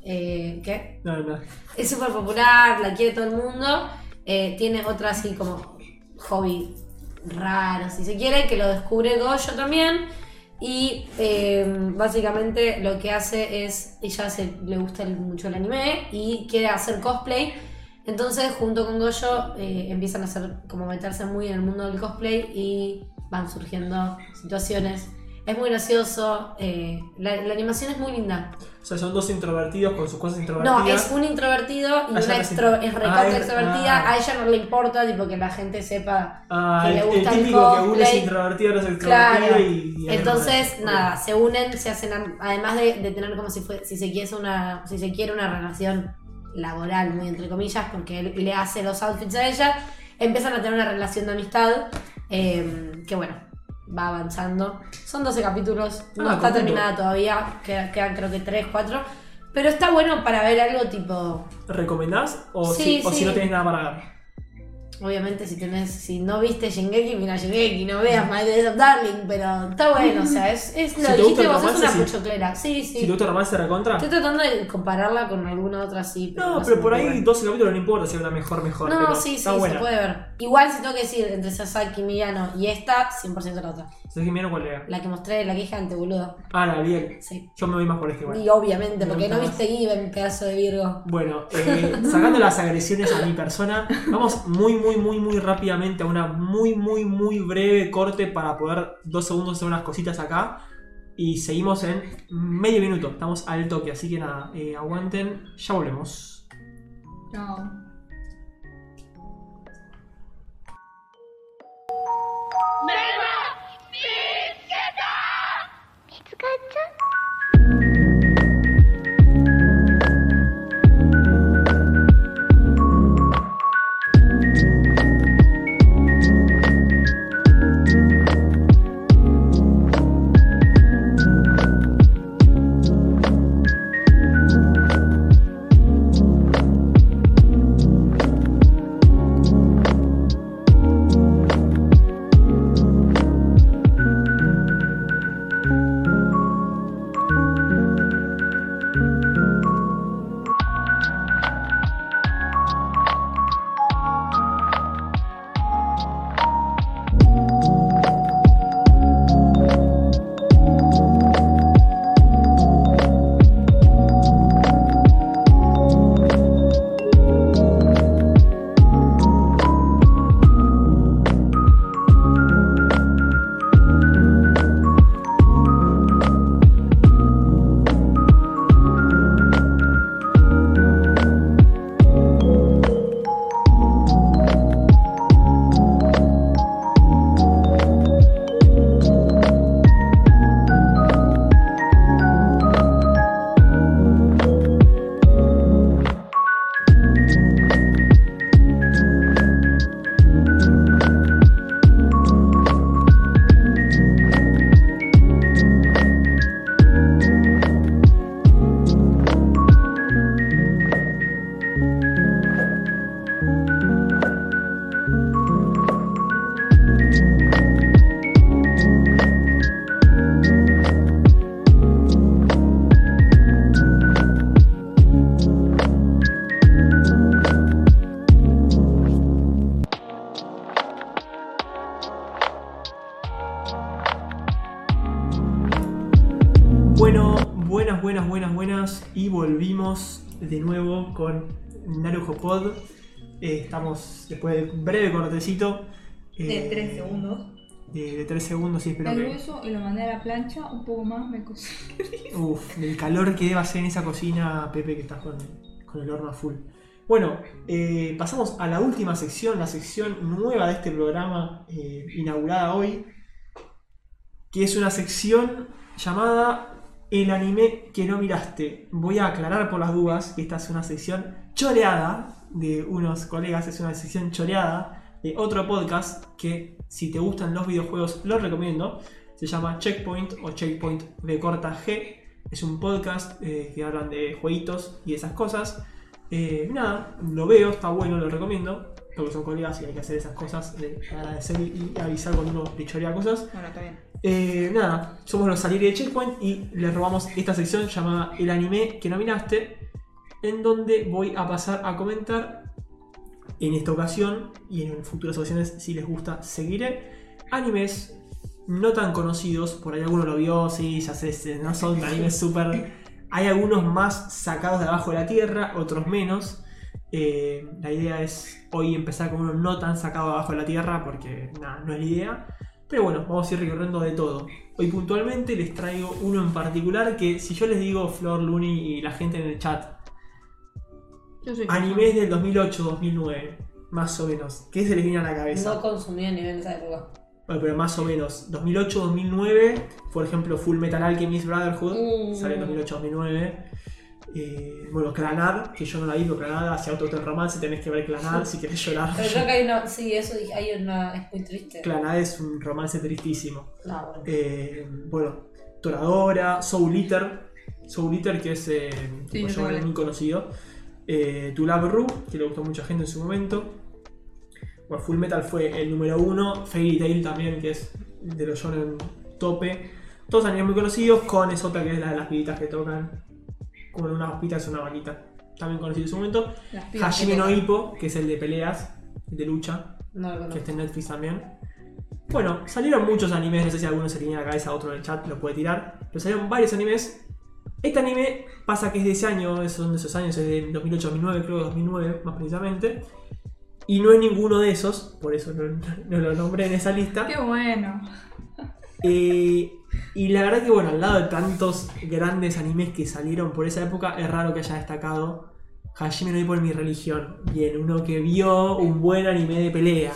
¿Qué? No. Es súper popular, la quiere todo el mundo. Tiene otra así como hobby raro, si se quiere, que lo descubre Goyo también. Y básicamente lo que hace es, ella le gusta mucho el anime y quiere hacer cosplay. Entonces, junto con Goyo, empiezan a hacer como meterse muy en el mundo del cosplay y van surgiendo situaciones. Es muy gracioso, la animación es muy linda. O sea, son dos introvertidos con sus cosas introvertidas. No, es un introvertido y Ah, una es recontra extrovertida. ah. A ella no le importa, tipo, que la gente sepa que le el gusta el típico que uno es cosplay. introvertido, otro es extrovertido Claro. y Entonces, bueno. nada, se unen, se hacen, además de tener como si se quiere una relación laboral, muy entre comillas, porque él le hace los outfits a ella, empiezan a tener una relación de amistad, que bueno, va avanzando. Son 12 capítulos, no está contento. terminada todavía, quedan creo que 3, 4, pero está bueno para ver algo tipo... ¿Recomendás? O, Sí, si sí. no tenés nada para ver. Obviamente si no viste Shingeki, mira Shingeki, no veas My Days of Darling, pero está bueno, o sea, es lo Si te gusta dijiste el vos, es romance, una sí. pochoclera. Sí, sí. Si te gusta el romance, recontra. Estoy tratando de compararla con alguna otra así. No, se pero me por ocurre. ahí 12 capítulos no importa si es una mejor. No, pero sí, está se buena. puede ver. Igual si tengo que decir entre Sasaki, Miyano y esta, 100% la otra. ¿Sabes qué miro cuál era? La que mostré, la que dije antes, boludo. La Ariel. Sí. Yo me voy más por este igual. Y obviamente, Me porque gusta no más. viste Given, pedazo de Virgo. Bueno, sacando las agresiones a mi persona, vamos muy rápidamente a una muy breve corte para poder 2 segundos hacer unas cositas acá. Y seguimos en medio minuto. Estamos al toque, así que nada, aguanten, ya volvemos. Chao. Buenas y volvimos de nuevo con Narujo Pod. Estamos después de un breve cortecito De 3 segundos. de 3 segundos, sí, espero El que... hueso y lo mandé a la plancha, un poco más me cocí. Uf, del calor que debe hacer en esa cocina, Pepe, que estás con el horno a full. Bueno, pasamos a la última sección, la sección nueva de este programa, inaugurada hoy, que es una sección llamada El anime que no miraste. Voy a aclarar por las dudas que esta es una sección choreada de unos colegas, es una sección choreada, de otro podcast que, si te gustan los videojuegos, lo recomiendo. Se llama Checkpoint o Checkpoint de corta G. Es un podcast que hablan de jueguitos y esas cosas. Nada, lo veo, está bueno, lo recomiendo. Porque son colegas y hay que hacer esas cosas de agradecer y avisar cuando uno pichorea cosas. Bueno, está bien. Nada, somos los Salieri de Checkpoint y les robamos esta sección llamada El anime que nominaste, en donde voy a pasar a comentar en esta ocasión y en futuras ocasiones, si les gusta, seguiré animes no tan conocidos. Por ahí alguno lo vio, sí, ya sé, no son animes súper... Hay algunos más sacados de abajo de la tierra, otros menos. La idea es hoy empezar con uno no tan sacado abajo de la tierra porque nada, no es la idea. Pero bueno, vamos a ir recorriendo de todo. Hoy puntualmente les traigo uno en particular que, si yo les digo, Flor, Luni y la gente en el chat, Yo soy animes del 2008-2009, más o menos, ¿qué se les viene a la cabeza? No consumí anime en esa época. Bueno, pero más o menos, 2008-2009, por ejemplo, Full Metal Alchemist Brotherhood, sale en 2008-2009. Bueno, Clannad, que yo no la vi, pero Clannad hacia otro romance, tenés que ver Clannad si querés llorar. Pero creo que hay una. Sí, eso dije, hay una. Es muy triste. Clannad es un romance tristísimo. No, bueno. Bueno, Toradora, Soul Eater, que es tipo, yo muy conocido. To Love Ru, que le gustó a mucha gente en su momento. Bueno, Full Metal fue el número 1. Fairy Tail también, que es de los shonen tope. Todos animes muy conocidos. Con es otra que es la de las pibitas que tocan. Como en una hospita es una vaquita. También conocido en su momento. Hajime no Ippo, que es el de peleas, de lucha. No lo Que conozco. está en Netflix también. Bueno, salieron muchos animes. No sé si alguno se le viene a la cabeza, otro en el chat lo puede tirar. Pero salieron varios animes. Este anime pasa que es de ese año, son de esos años, es de 2008-2009, creo que 2009 más precisamente. Y no es ninguno de esos, por eso no lo nombré en esa lista. Qué bueno. Y la verdad que bueno, al lado de tantos grandes animes que salieron por esa época, es raro que haya destacado Hajime no Ippo en mi religión. Bien, uno que vio un buen anime de pelea.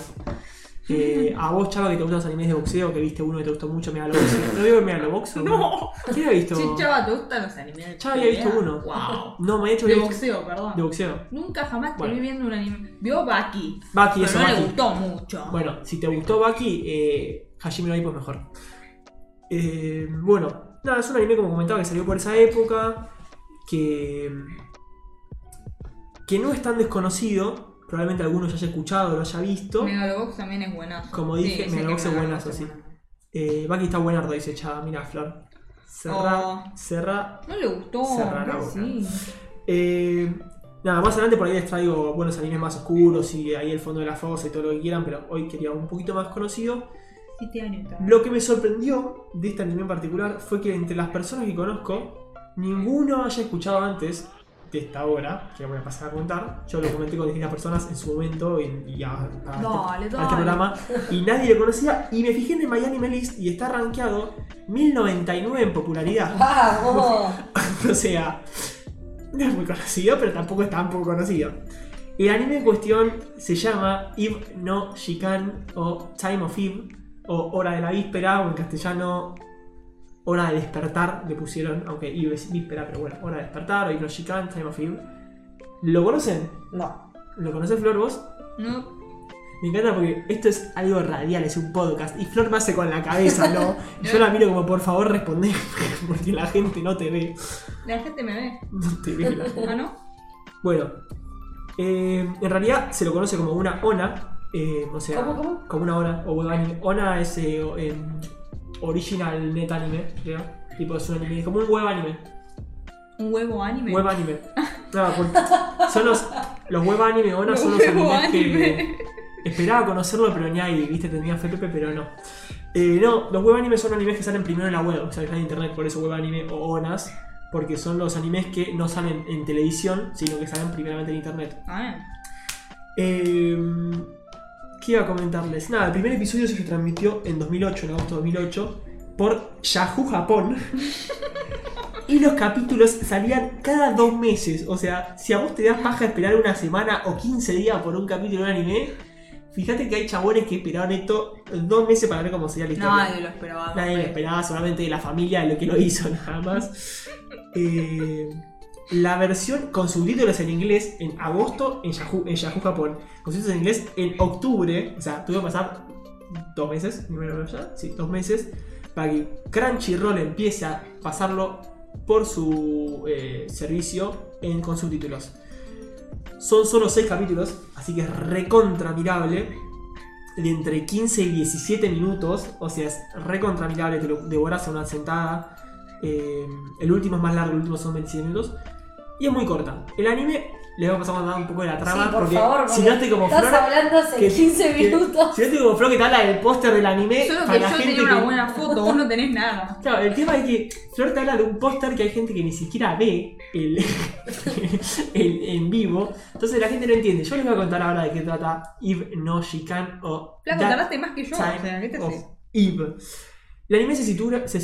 A vos, Chava, que te gustan los animes de boxeo, que viste uno que te gustó mucho, Megalobox. ¿No vio Megalobox? No. ¿Quién había visto? Sí, Chava, ¿te gustan los animes de Chava había visto pelea? uno. Wow. No, me ha hecho De había visto- boxeo, perdón. De boxeo. Nunca jamás te Bueno. vi viendo un anime. Vio Baki. Baki, Pero eso, no Baki. le gustó mucho. Bueno, si te gustó Baki, Hajime no Ippo es mejor. Bueno, nada, es un anime, como comentaba, que salió por esa época, que no es tan desconocido. Probablemente alguno ya haya escuchado o lo haya visto. Megalobox también es buenazo. Como dije, sí, Megalobox sé que es buenazo, sí. Baki está buenardo, dice Chava. Mira, Flor. Cerra. No le gustó. Cerrar la boca. Sí. Nada, más adelante por ahí les traigo buenos animes más oscuros y ahí el fondo de la fosa y todo lo que quieran, pero hoy quería un poquito más conocido. 7 años. Lo que me sorprendió de este anime en particular fue que entre las personas que conozco, ninguno haya escuchado antes de esta obra, que voy a pasar a contar. Yo lo comenté con distintas personas en su momento y a Dale, este dale. programa, y nadie lo conocía. Y me fijé en el My Anime List y está rankeado 1099 en popularidad. ¡Vamos! O sea, no es muy conocido, pero tampoco es tan poco conocido. El anime en cuestión se llama Eve no Shikan o Time of Eve, o Hora de la Víspera, o en castellano Hora de Despertar, le pusieron, aunque Eve es víspera, pero bueno, Hora de Despertar, o Eve no Shikan, Time of Eve. ¿Lo conocen? No. ¿Lo conoces, Flor, vos? No. Me encanta porque esto es algo radial, es un podcast, y Flor me hace con la cabeza, ¿no? Yo la miro como, por favor, responde, porque la gente no te ve. La gente me ve. No te ve la gente. ¿Ah, no? Bueno, en realidad se lo conoce como una ONA, o sea, ¿Cómo? como una ONA o web anime. ONA es Original Net Anime, creo. Tipo, es un anime, como un web anime. ¿Un huevo anime? Web anime. No, porque son los web anime, ONA son los Huevo animes anime. que esperaba conocerlo, pero ni ahí, viste, tenía FPP, pero no. No, los web animes son animes que salen primero en la web, o sea, que están en internet, por eso web anime o ONAs. Porque son los animes que no salen en televisión, sino que salen primeramente en internet. Ah, ¿Qué iba a comentarles? Nada, el primer episodio se transmitió en 2008, en agosto de 2008, por Yahoo Japón. Y los capítulos salían cada 2 meses. O sea, si a vos te das paja esperar una semana o 15 días por un capítulo de un anime, fíjate que hay chabones que esperaban esto 2 meses para ver cómo sería la historia. nadie lo esperaba. Nadie lo esperaba, solamente la familia de lo que lo hizo, nada más. la versión con subtítulos en inglés en agosto en Yahoo Japón, con subtítulos en inglés en octubre, o sea, tuve que pasar 2 meses, sí, 2 meses, para que Crunchyroll empiece a pasarlo por su servicio con subtítulos. Son solo 6 capítulos, así que es recontra mirable, de entre 15 y 17 minutos, o sea, es recontra mirable, te lo devoras a una sentada. El último es más largo, el último son 27 minutos. Y es muy corta. El anime, le voy a pasar a dar un poco de la trama. Sí, por porque favor, si no estoy como estás Flor. hablando hace 15 minutos. Si no estoy como Flor que te habla del póster del anime. Solo para que la yo gente tenía una que... buena foto, vos no tenés nada. Claro, el tema es que Flor te habla de un póster que hay gente que ni siquiera ve en vivo. Entonces la gente no entiende. Yo les voy a contar ahora de qué trata Eve no Shikan o Flaco, That tardaste más que yo, o Time sea, ¿qué te of haces? Eve. El anime se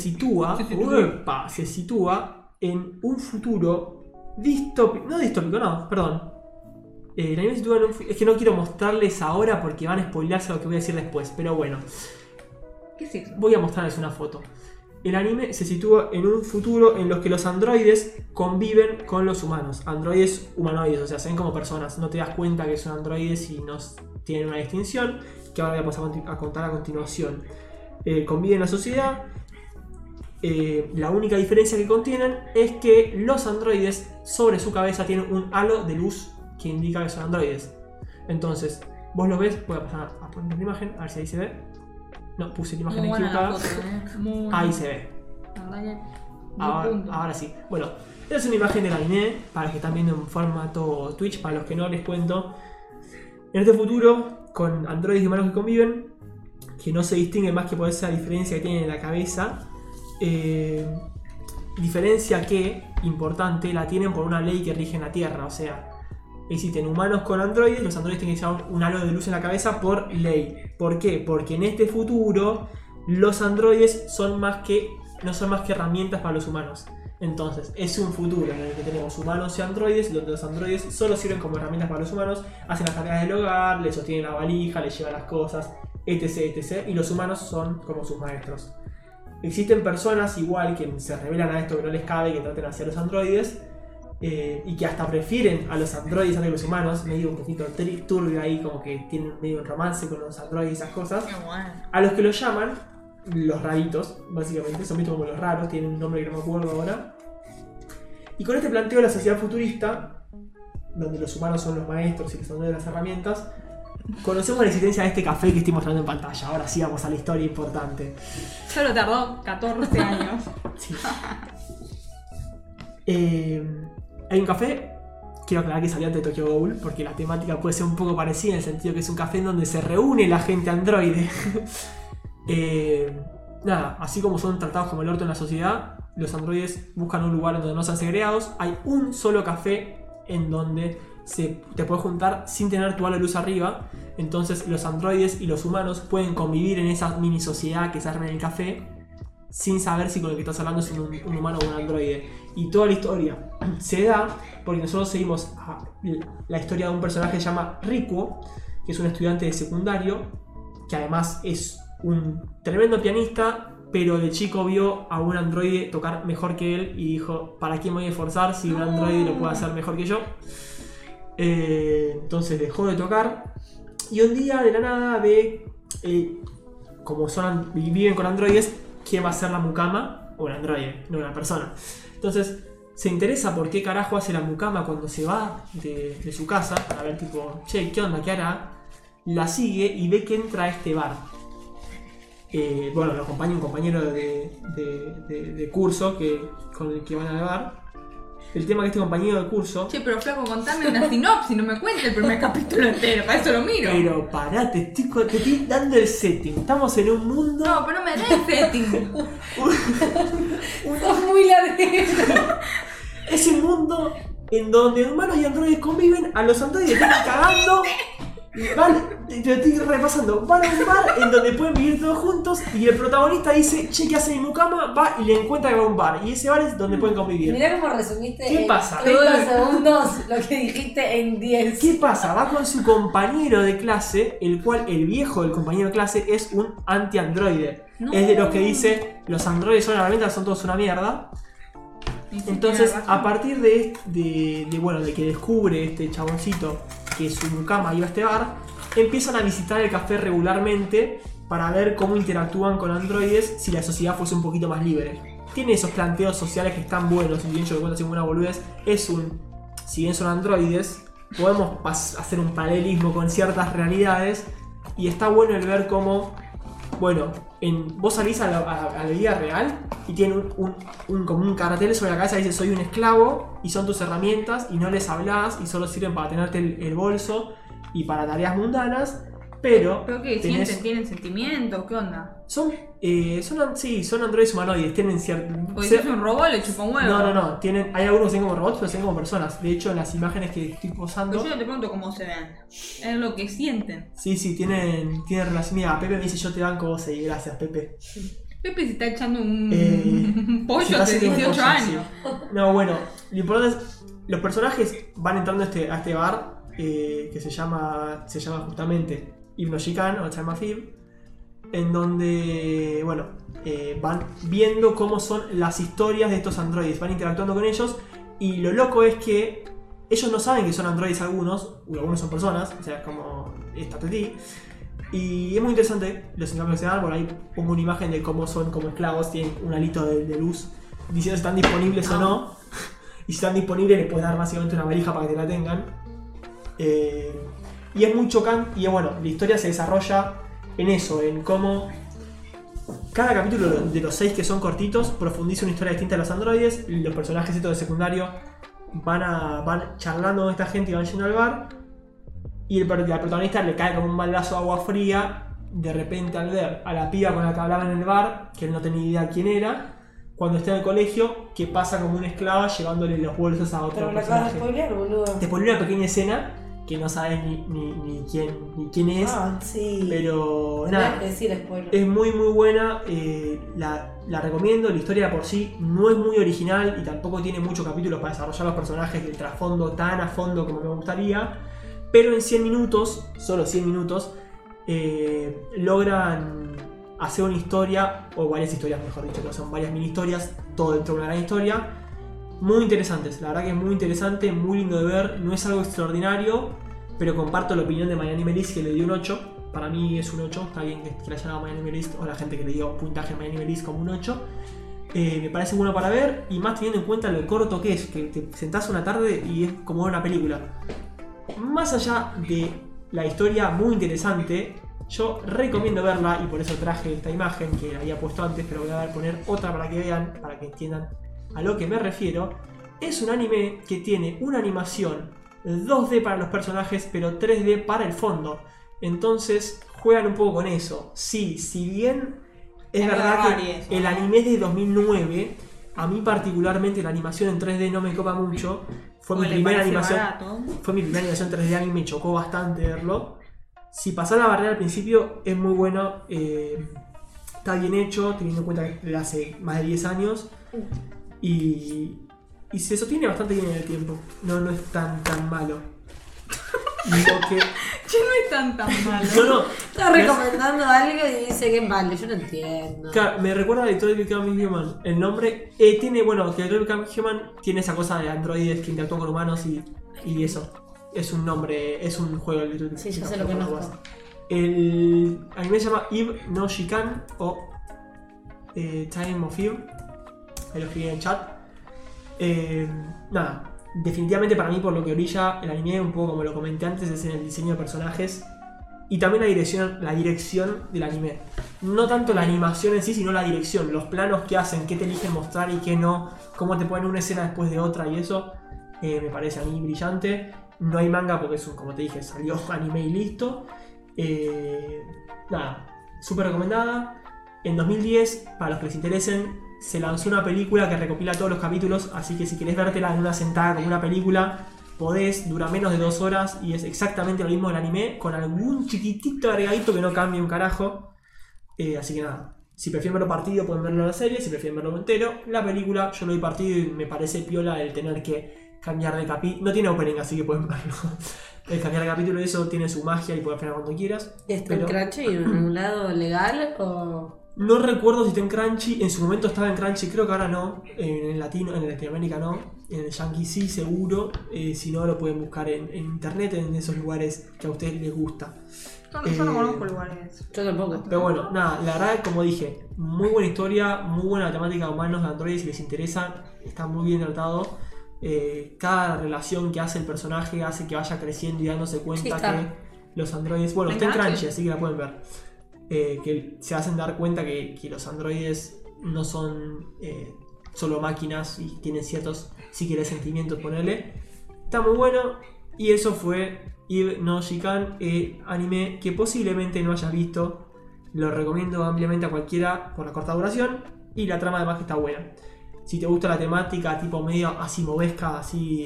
sitúa en un futuro distópico. No distópico, no, perdón. El anime se sitúa en un es que no quiero mostrarles ahora porque van a spoilearse lo que voy a decir después. Pero bueno, ¿Qué es eso? voy a mostrarles una foto. El anime se sitúa en un futuro en los que los androides conviven con los humanos. Androides humanoides, o sea, se ven como personas. No te das cuenta que son androides y no tienen una distinción, que ahora voy a pasar a contar a continuación. Conviven en la sociedad. La única diferencia que contienen es que los androides sobre su cabeza tienen un halo de luz que indica que son androides. Entonces, vos lo ves, voy a pasar a poner la imagen, a ver si ahí se ve. No, puse la imagen Muy buena la equivocada. foto, Muy Ahí se ve. La verdad que... Ahora sí. Bueno, esta es una imagen del anime para los que están viendo en formato Twitch, para los que no les cuento. En este futuro, con androides y humanos que conviven, que no se distinguen más que por esa diferencia que tienen en la cabeza. Diferencia que, importante, la tienen por una ley que rige en la Tierra. O sea, existen humanos con androides, los androides tienen que llevar un halo de luz en la cabeza por ley. ¿Por qué? Porque en este futuro los androides no son más que herramientas para los humanos. Entonces, es un futuro en el que tenemos humanos y androides, donde los androides solo sirven como herramientas para los humanos, hacen las tareas del hogar, les sostienen la valija, les llevan las cosas, etc, etc. Y los humanos son como sus maestros. Existen personas igual que se revelan a esto que no les cabe, que traten hacia los androides, y que hasta prefieren a los androides antes que los humanos, medio un poquito turbio ahí, como que tienen medio un romance con los androides y esas cosas. Qué bueno. A los que los llaman los raritos, básicamente, son vistos como los raros, tienen un nombre que no me acuerdo ahora. Y con este planteo de la sociedad futurista, donde los humanos son los maestros y los androides las herramientas, conocemos la existencia de este café que estoy mostrando en pantalla. Ahora sí vamos a la historia importante. Solo tardó 14 años. Sí. Hay un café, quiero aclarar que salió antes de Tokyo Ghoul, porque la temática puede ser un poco parecida, en el sentido que es un café en donde se reúne la gente androide. Nada, así como son tratados como el orto en la sociedad, los androides buscan un lugar donde no sean segregados. Hay un solo café en donde te puedes juntar sin tener tu halo de luz arriba. Entonces los androides y los humanos pueden convivir en esa mini sociedad que se arma en el café sin saber si con el que estás hablando es un humano o un androide. Y toda la historia se da porque nosotros seguimos la historia de un personaje que se llama Rikuo, que es un estudiante de secundario, que además es un tremendo pianista, pero de chico vio a un androide tocar mejor que él y dijo, ¿para qué me voy a esforzar si un androide lo puede hacer mejor que yo? Entonces dejó de tocar y un día de la nada ve, como viven con androides, quién va a ser la mucama, o un androide, no una persona. Entonces se interesa por qué carajo hace la mucama cuando se va de su casa, para ver tipo, che, ¿qué onda? ¿Qué hará? La sigue y ve que entra a este bar. Bueno, lo acompaña un compañero de curso con el que van al bar. El tema es que este compañero de curso... Che, pero flaco, contame una sinopsis, no me cuentes el primer capítulo entero, para eso lo miro. Pero pará, te estoy dando el setting. Estamos en un mundo... No, pero no me des setting. Sos muy larguero. Es un mundo en donde humanos y androides conviven, a los androides están cagando... Te estoy repasando. Van a un bar en donde pueden vivir todos juntos y el protagonista dice, che, ¿qué hace mi mucama? Va y le encuentra que va a un bar. Y ese bar es donde pueden convivir. Mirá cómo resumiste ¿Qué en pasa? 30 segundos lo que dijiste en 10. ¿Qué pasa? Va con su compañero de clase, el cual el viejo del compañero de clase es un anti-androide. No. Es de los que dice, los androides son herramientas, son todos una mierda. Y sí, Entonces, tiene razón. a partir de que descubre este chaboncito que su mucama iba a este bar, empiezan a visitar el café regularmente para ver cómo interactúan con androides si la sociedad fuese un poquito más libre. Tiene esos planteos sociales que están buenos, y bien yo lo cuento sin una boludez, si bien son androides, podemos hacer un paralelismo con ciertas realidades, y está bueno el ver cómo, bueno, vos salís a la vida real y tiene como un cartel sobre la cabeza que dice soy un esclavo y son tus herramientas y no les hablas y solo sirven para tenerte el bolso y para tareas mundanas, pero ¿Pero qué? ¿Sienten? ¿Tienen sentimientos? ¿Qué onda? son androides humanoides, tienen cierto... Porque si es un robot le chupa un huevo. No, hay algunos que se ven como robots, pero se ven como personas. De hecho, en las imágenes que estoy posando... Pero yo no te pregunto cómo se ven. Es lo que sienten. Sí, tienen relación. Mira, Pepe me dice yo te banco vos y gracias, Pepe. Pepe se está echando un Se pollo está hace haciendo un 18 pollo, años. sí. No, bueno, lo importante es... Los personajes van entrando a este bar que se llama justamente Hypnoshikan o Time of Eve, en donde, bueno, van viendo cómo son las historias de estos androides, van interactuando con ellos, y lo loco es que ellos no saben que son androides algunos son personas, o sea, como esta Teti, y es muy interesante los intercambios que se dan. Por ahí pongo una imagen de cómo son como esclavos, tienen un alito de luz diciendo si están disponibles o no, y si están disponibles les puedes dar básicamente una valija para que te la tengan. Y es muy chocante, y bueno, la historia se desarrolla en eso, en cómo cada capítulo de los 6 que son cortitos profundiza una historia distinta de los androides. Los personajes estos de secundario van charlando con esta gente y van yendo al bar, y la protagonista le cae como un baldazo de agua fría de repente al ver a la piba con la que hablaba en el bar, que él no tenía idea quién era, cuando está en el colegio, que pasa como una esclava llevándole los bolsos a otro Pero me personaje. acabas de spoilear, boludo. Te pone una pequeña escena que no sabes ni quién es, Sí. pero Tenés nada, que decir spoiler. es muy buena, la recomiendo. La historia por sí no es muy original y tampoco tiene muchos capítulos para desarrollar los personajes del trasfondo tan a fondo como me gustaría, pero en 100 minutos, solo 100 minutos, logran hacer una historia, o varias historias mejor dicho, que son varias mini historias, todo dentro de una gran historia, muy interesantes. La verdad que es muy interesante, muy lindo de ver, no es algo extraordinario, pero comparto la opinión de MyAnimeList, que le dio un 8. Para mí es un 8, está bien que le haya dado MyAnimeList, o la gente que le dio puntaje a MyAnimeList como un 8. Me parece bueno para ver, y más teniendo en cuenta lo corto que es, que te sentás una tarde y es como ver una película. Más allá de la historia muy interesante, yo recomiendo verla, y por eso traje esta imagen que había puesto antes, pero voy a poner otra para que vean, para que entiendan a lo que me refiero. Es un anime que tiene una animación 2D para los personajes, pero 3D para el fondo. Entonces juegan un poco con eso. Sí, si bien es verdad que el anime es de 2009, a mí particularmente la animación en 3D no me copa mucho. Fue mi primera animación 3D, a mí me chocó bastante verlo. Si pasar la barrera al principio es muy bueno, está bien hecho, teniendo en cuenta que hace más de 10 años. Y se sostiene bastante bien en el tiempo. No es tan malo. Lo que... Che, no es tan malo. No. Está recomendando algo y dice que es malo, yo no entiendo. Claro, me recuerda a Detroit Become Human. El nombre tiene, bueno, que Detroit Become Human tiene esa cosa de androides que interactúan con humanos y eso. Es un nombre, es un juego de Detroit. Sí, yo sé lo que conozco. El anime se llama Hypnoshikan o Time of Eve. Ahí lo escribí en el chat. Nada, definitivamente para mí, por lo que orilla el anime, un poco como lo comenté antes, es en el diseño de personajes y también la dirección del anime. No tanto la animación en sí, sino la dirección, los planos que hacen, qué te eligen mostrar y qué no, cómo te ponen una escena después de otra, y eso me parece a mí brillante. No hay manga porque como te dije, salió anime y listo. Nada, súper recomendada. En 2010, para los que les interesen, se lanzó una película que recopila todos los capítulos, así que si querés vértela en una sentada como una película, podés, dura menos de 2 horas y es exactamente lo mismo del anime, con algún chiquitito agregadito que no cambie un carajo. Así que nada, si prefieren verlo partido pueden verlo en la serie, si prefieren verlo entero, la película yo lo doy partido y me parece piola el tener que cambiar de capítulo. No tiene opening, así que pueden verlo. El cambiar de capítulo, eso tiene su magia y puedes frenar cuando quieras. ¿Está en Crunchy en un lado legal o...? No recuerdo si está en Crunchy, en su momento estaba en Crunchy, creo que ahora no, en Latinoamérica no, en el Yankee sí, seguro, si no lo pueden buscar en internet, en esos lugares que a ustedes les gusta. Yo no conozco lugares. Yo tampoco. Pero bueno, nada, la verdad, como dije, muy buena historia, muy buena temática de humanos de Android, si les interesa, está muy bien tratado. Cada relación que hace el personaje hace que vaya creciendo y dándose cuenta que los androides, bueno, está en Crunchy, así que la pueden ver. Que se hacen dar cuenta que los androides no son solo máquinas y tienen ciertos, si querés, sentimientos, ponele. Está muy bueno. Y eso fue Eve no Shikan, anime que posiblemente no hayas visto. Lo recomiendo ampliamente a cualquiera por la corta duración y la trama además que está buena. Si te gusta la temática tipo medio asimovesca, así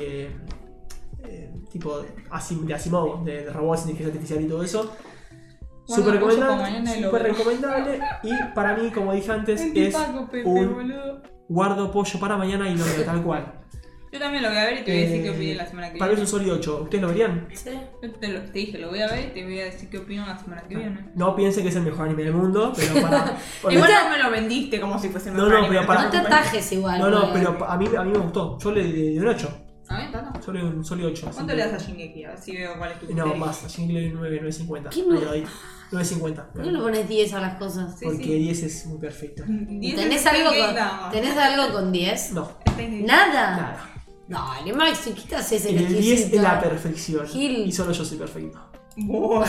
tipo de Asimov, de robots, inteligencia artificial y todo eso, súper recomendable. Y para mí, como dije antes, es un guardo pollo para mañana y lo veo tal cual. Yo también lo voy a ver y te voy a decir qué opiné la semana que Para mí viene. es un sólido 8. ¿Ustedes lo verían? Sí. Yo te dije, lo voy a ver y te voy a decir qué opino la semana que viene. No piensen que es el mejor anime del mundo, pero para... Igual no me lo vendiste como si fuese mejor No, anime, pero para- No te atajes igual. No, porque- pero a mí me gustó. Yo le di un 8. A ver, Tata. Yo le di un sólido 8. así ¿Cuánto que- le das a Shingeki? A ver si veo cuál es tu No, criterio. más. A Shingeki le doy 9, 9.50. ¿Qué Ahí no? lo doy. 9.50. ¿Por qué no le pones 10 a las cosas? Sí, Porque sí. 10 es muy perfecto. 10 ¿Tenés es algo, Shingeki con, nada más. ¿Tenés algo con 10? No, ¿Nada? nada. Dale, Maxi, quitas ese El 10 es exquisito. la perfección. Gil. Y solo yo soy perfecto. Bueno.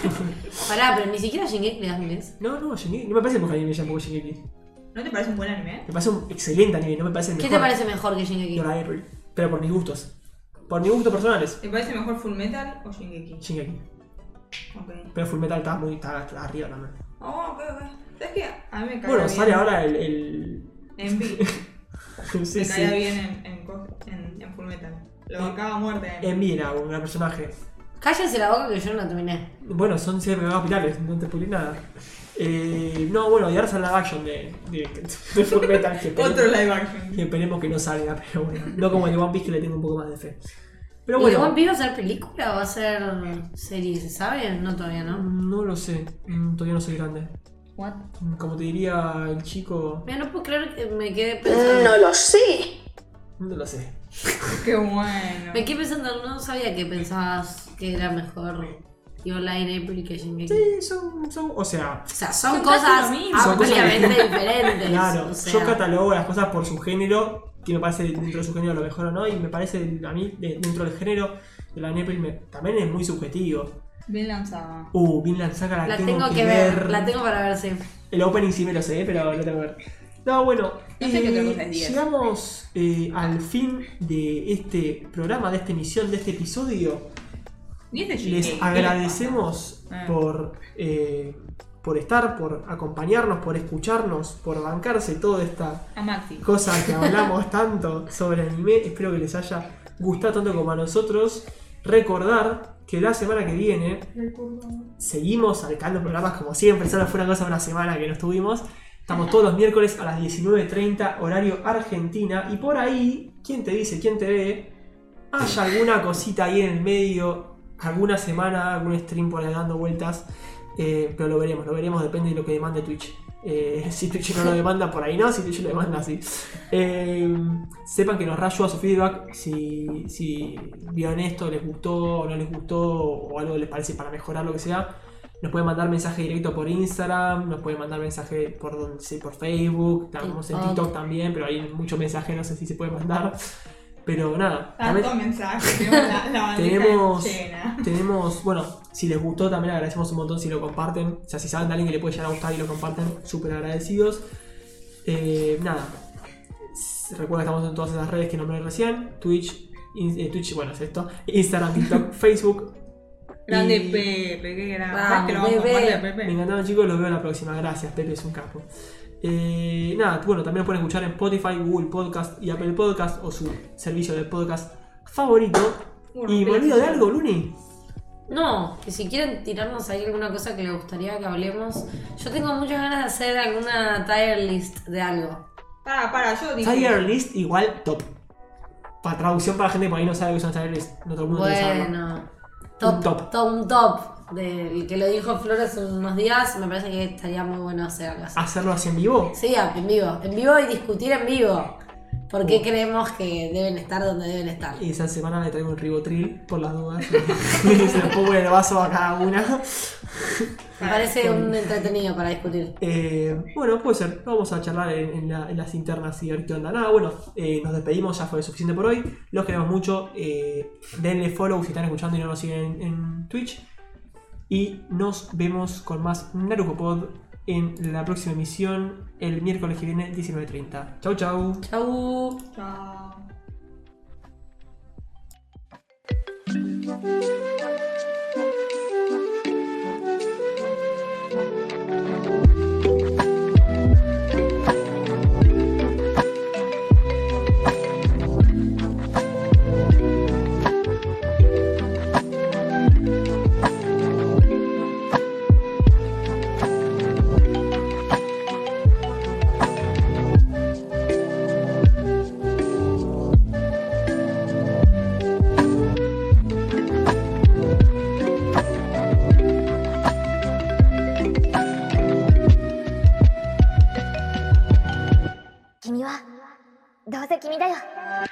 Pará, pero ni siquiera a Shingeki le das un 10. No, Shingeki. No me parece el mejor anime tampoco Shingeki. ¿No te parece un buen anime? Me parece un excelente anime, no me parece el ¿Qué mejor. te parece mejor que Shingeki? Your April. Pero por mis gustos. Por mis gustos personales. ¿Te parece mejor Full Metal o Shingeki? Shingeki. Ok. Pero Fullmetal está arriba también. Oh, ok. ¿Sabes qué? A mí me cae Bueno, bien. sale ahora el... Envy. sí, Me sí. caía bien en Full Metal. Lo bancaba a muerte. Envy era un gran personaje. Cállense la boca que yo no la terminé. Bueno, son siempre capitales, no te spoilé nada. No, bueno, y ahora sale la action de Fullmetal. Otro live action. Que esperemos que no salga, pero bueno. No como el de One Piece que le tengo un poco más de fe. Pero ¿Y de One bueno, Piece va a ser película o va a ser serie? ¿Se sabe? No, todavía no. no lo sé. Todavía no soy grande. What? Como te diría el chico, Mira, no puedo creer que me quedé pensando. No lo sé. no lo sé. Qué bueno. Me quedé pensando, no sabía que pensabas que era mejor Your Line April que Shingeki. Sí, o sea, O sea, son Son cosas casi lo mismo. Son cosas ampliamente diferentes. claro, o sea, yo catalogo las cosas por su género, que me parece dentro de su género lo mejor o no, y me parece a mí, dentro del género de la April también es muy subjetivo. Bien lanzada. Vinland Saga la tengo que ver, la tengo para ver, sí. El opening sí me lo sé, pero lo tengo que ver. No, bueno, No sé qué otra cosa es 10. llegamos al fin de este programa, de esta emisión, de este episodio. 10 de Shingeki. Les ¿Qué les agradecemos pasa? por estar, por acompañarnos, por escucharnos, por bancarse toda esta A Maxi. cosa que hablamos tanto sobre anime. Espero que les haya gustado tanto como a nosotros. Recordar que la semana que viene seguimos sacando programas como siempre, solo fue una cosa de una semana que no estuvimos. Estamos todos los miércoles a las 19:30 horario Argentina, y por ahí, ¿quién te dice, quién te ve? Haya alguna cosita ahí en el medio, alguna semana, algún stream por ahí dando vueltas, pero lo veremos, depende de lo que demande Twitch. Si Twitch no lo demanda, por ahí no, si Twitch lo demanda, sí. Sepan que nos ayuda su feedback, si vieron esto, les gustó o no les gustó, o algo les parece para mejorar, lo que sea. Nos pueden mandar mensaje directo por Instagram, nos pueden mandar mensaje por Facebook, estamos en TikTok también, pero hay muchos mensajes, no sé si se puede mandar. Pero nada, Tanto mensaje, tenemos la bandeja llena. tenemos, bueno, si les gustó también agradecemos un montón si lo comparten. O sea, si saben de alguien que le puede llegar a gustar y lo comparten, súper agradecidos. Nada, recuerden que estamos en todas esas redes que nombré recién: Twitch, bueno, es esto, Instagram, TikTok, Facebook. Grande Y- Pepe, qué grande. Vamos, ¿Sabes que lo vamos a Pepe. compartir a Me Pepe? encantaron, chicos, los veo la próxima. Gracias, Pepe es un capo. Nada, bueno, también lo pueden escuchar en Spotify, Google Podcast y Apple Podcast, o su servicio de podcast favorito. Bueno, Y me olvido de algo, Luni. No, que si quieren tirarnos ahí alguna cosa que les gustaría que hablemos. Yo tengo muchas ganas de hacer alguna tier list de algo. Para, yo dije. Tier list igual top. Para traducción para la gente que por ahí no sabe lo que es una tier list. No todo el mundo debe saberlo. Bueno, Un top. un top. del que lo dijo Flor hace unos días, me parece que estaría muy bueno hacer algo así. ¿Hacerlo así en vivo? Sí, en vivo. En vivo y discutir en vivo. ¿Por qué creemos que deben estar donde deben estar? Y esa semana le traigo un ribotril por las dudas. Y se lo pongo en el vaso a cada una. Me parece un entretenido para discutir. Bueno, puede ser. Vamos a charlar en las internas y ver qué onda. Nada, bueno, nos despedimos, ya fue suficiente por hoy. Los queremos mucho. Denle follow si están escuchando y no nos siguen en Twitch. Y nos vemos con más Naruto Pod en la próxima emisión el miércoles que viene, 19:30. Chau, chau. Chau. Chao. Kimi wa どうせ君だよ。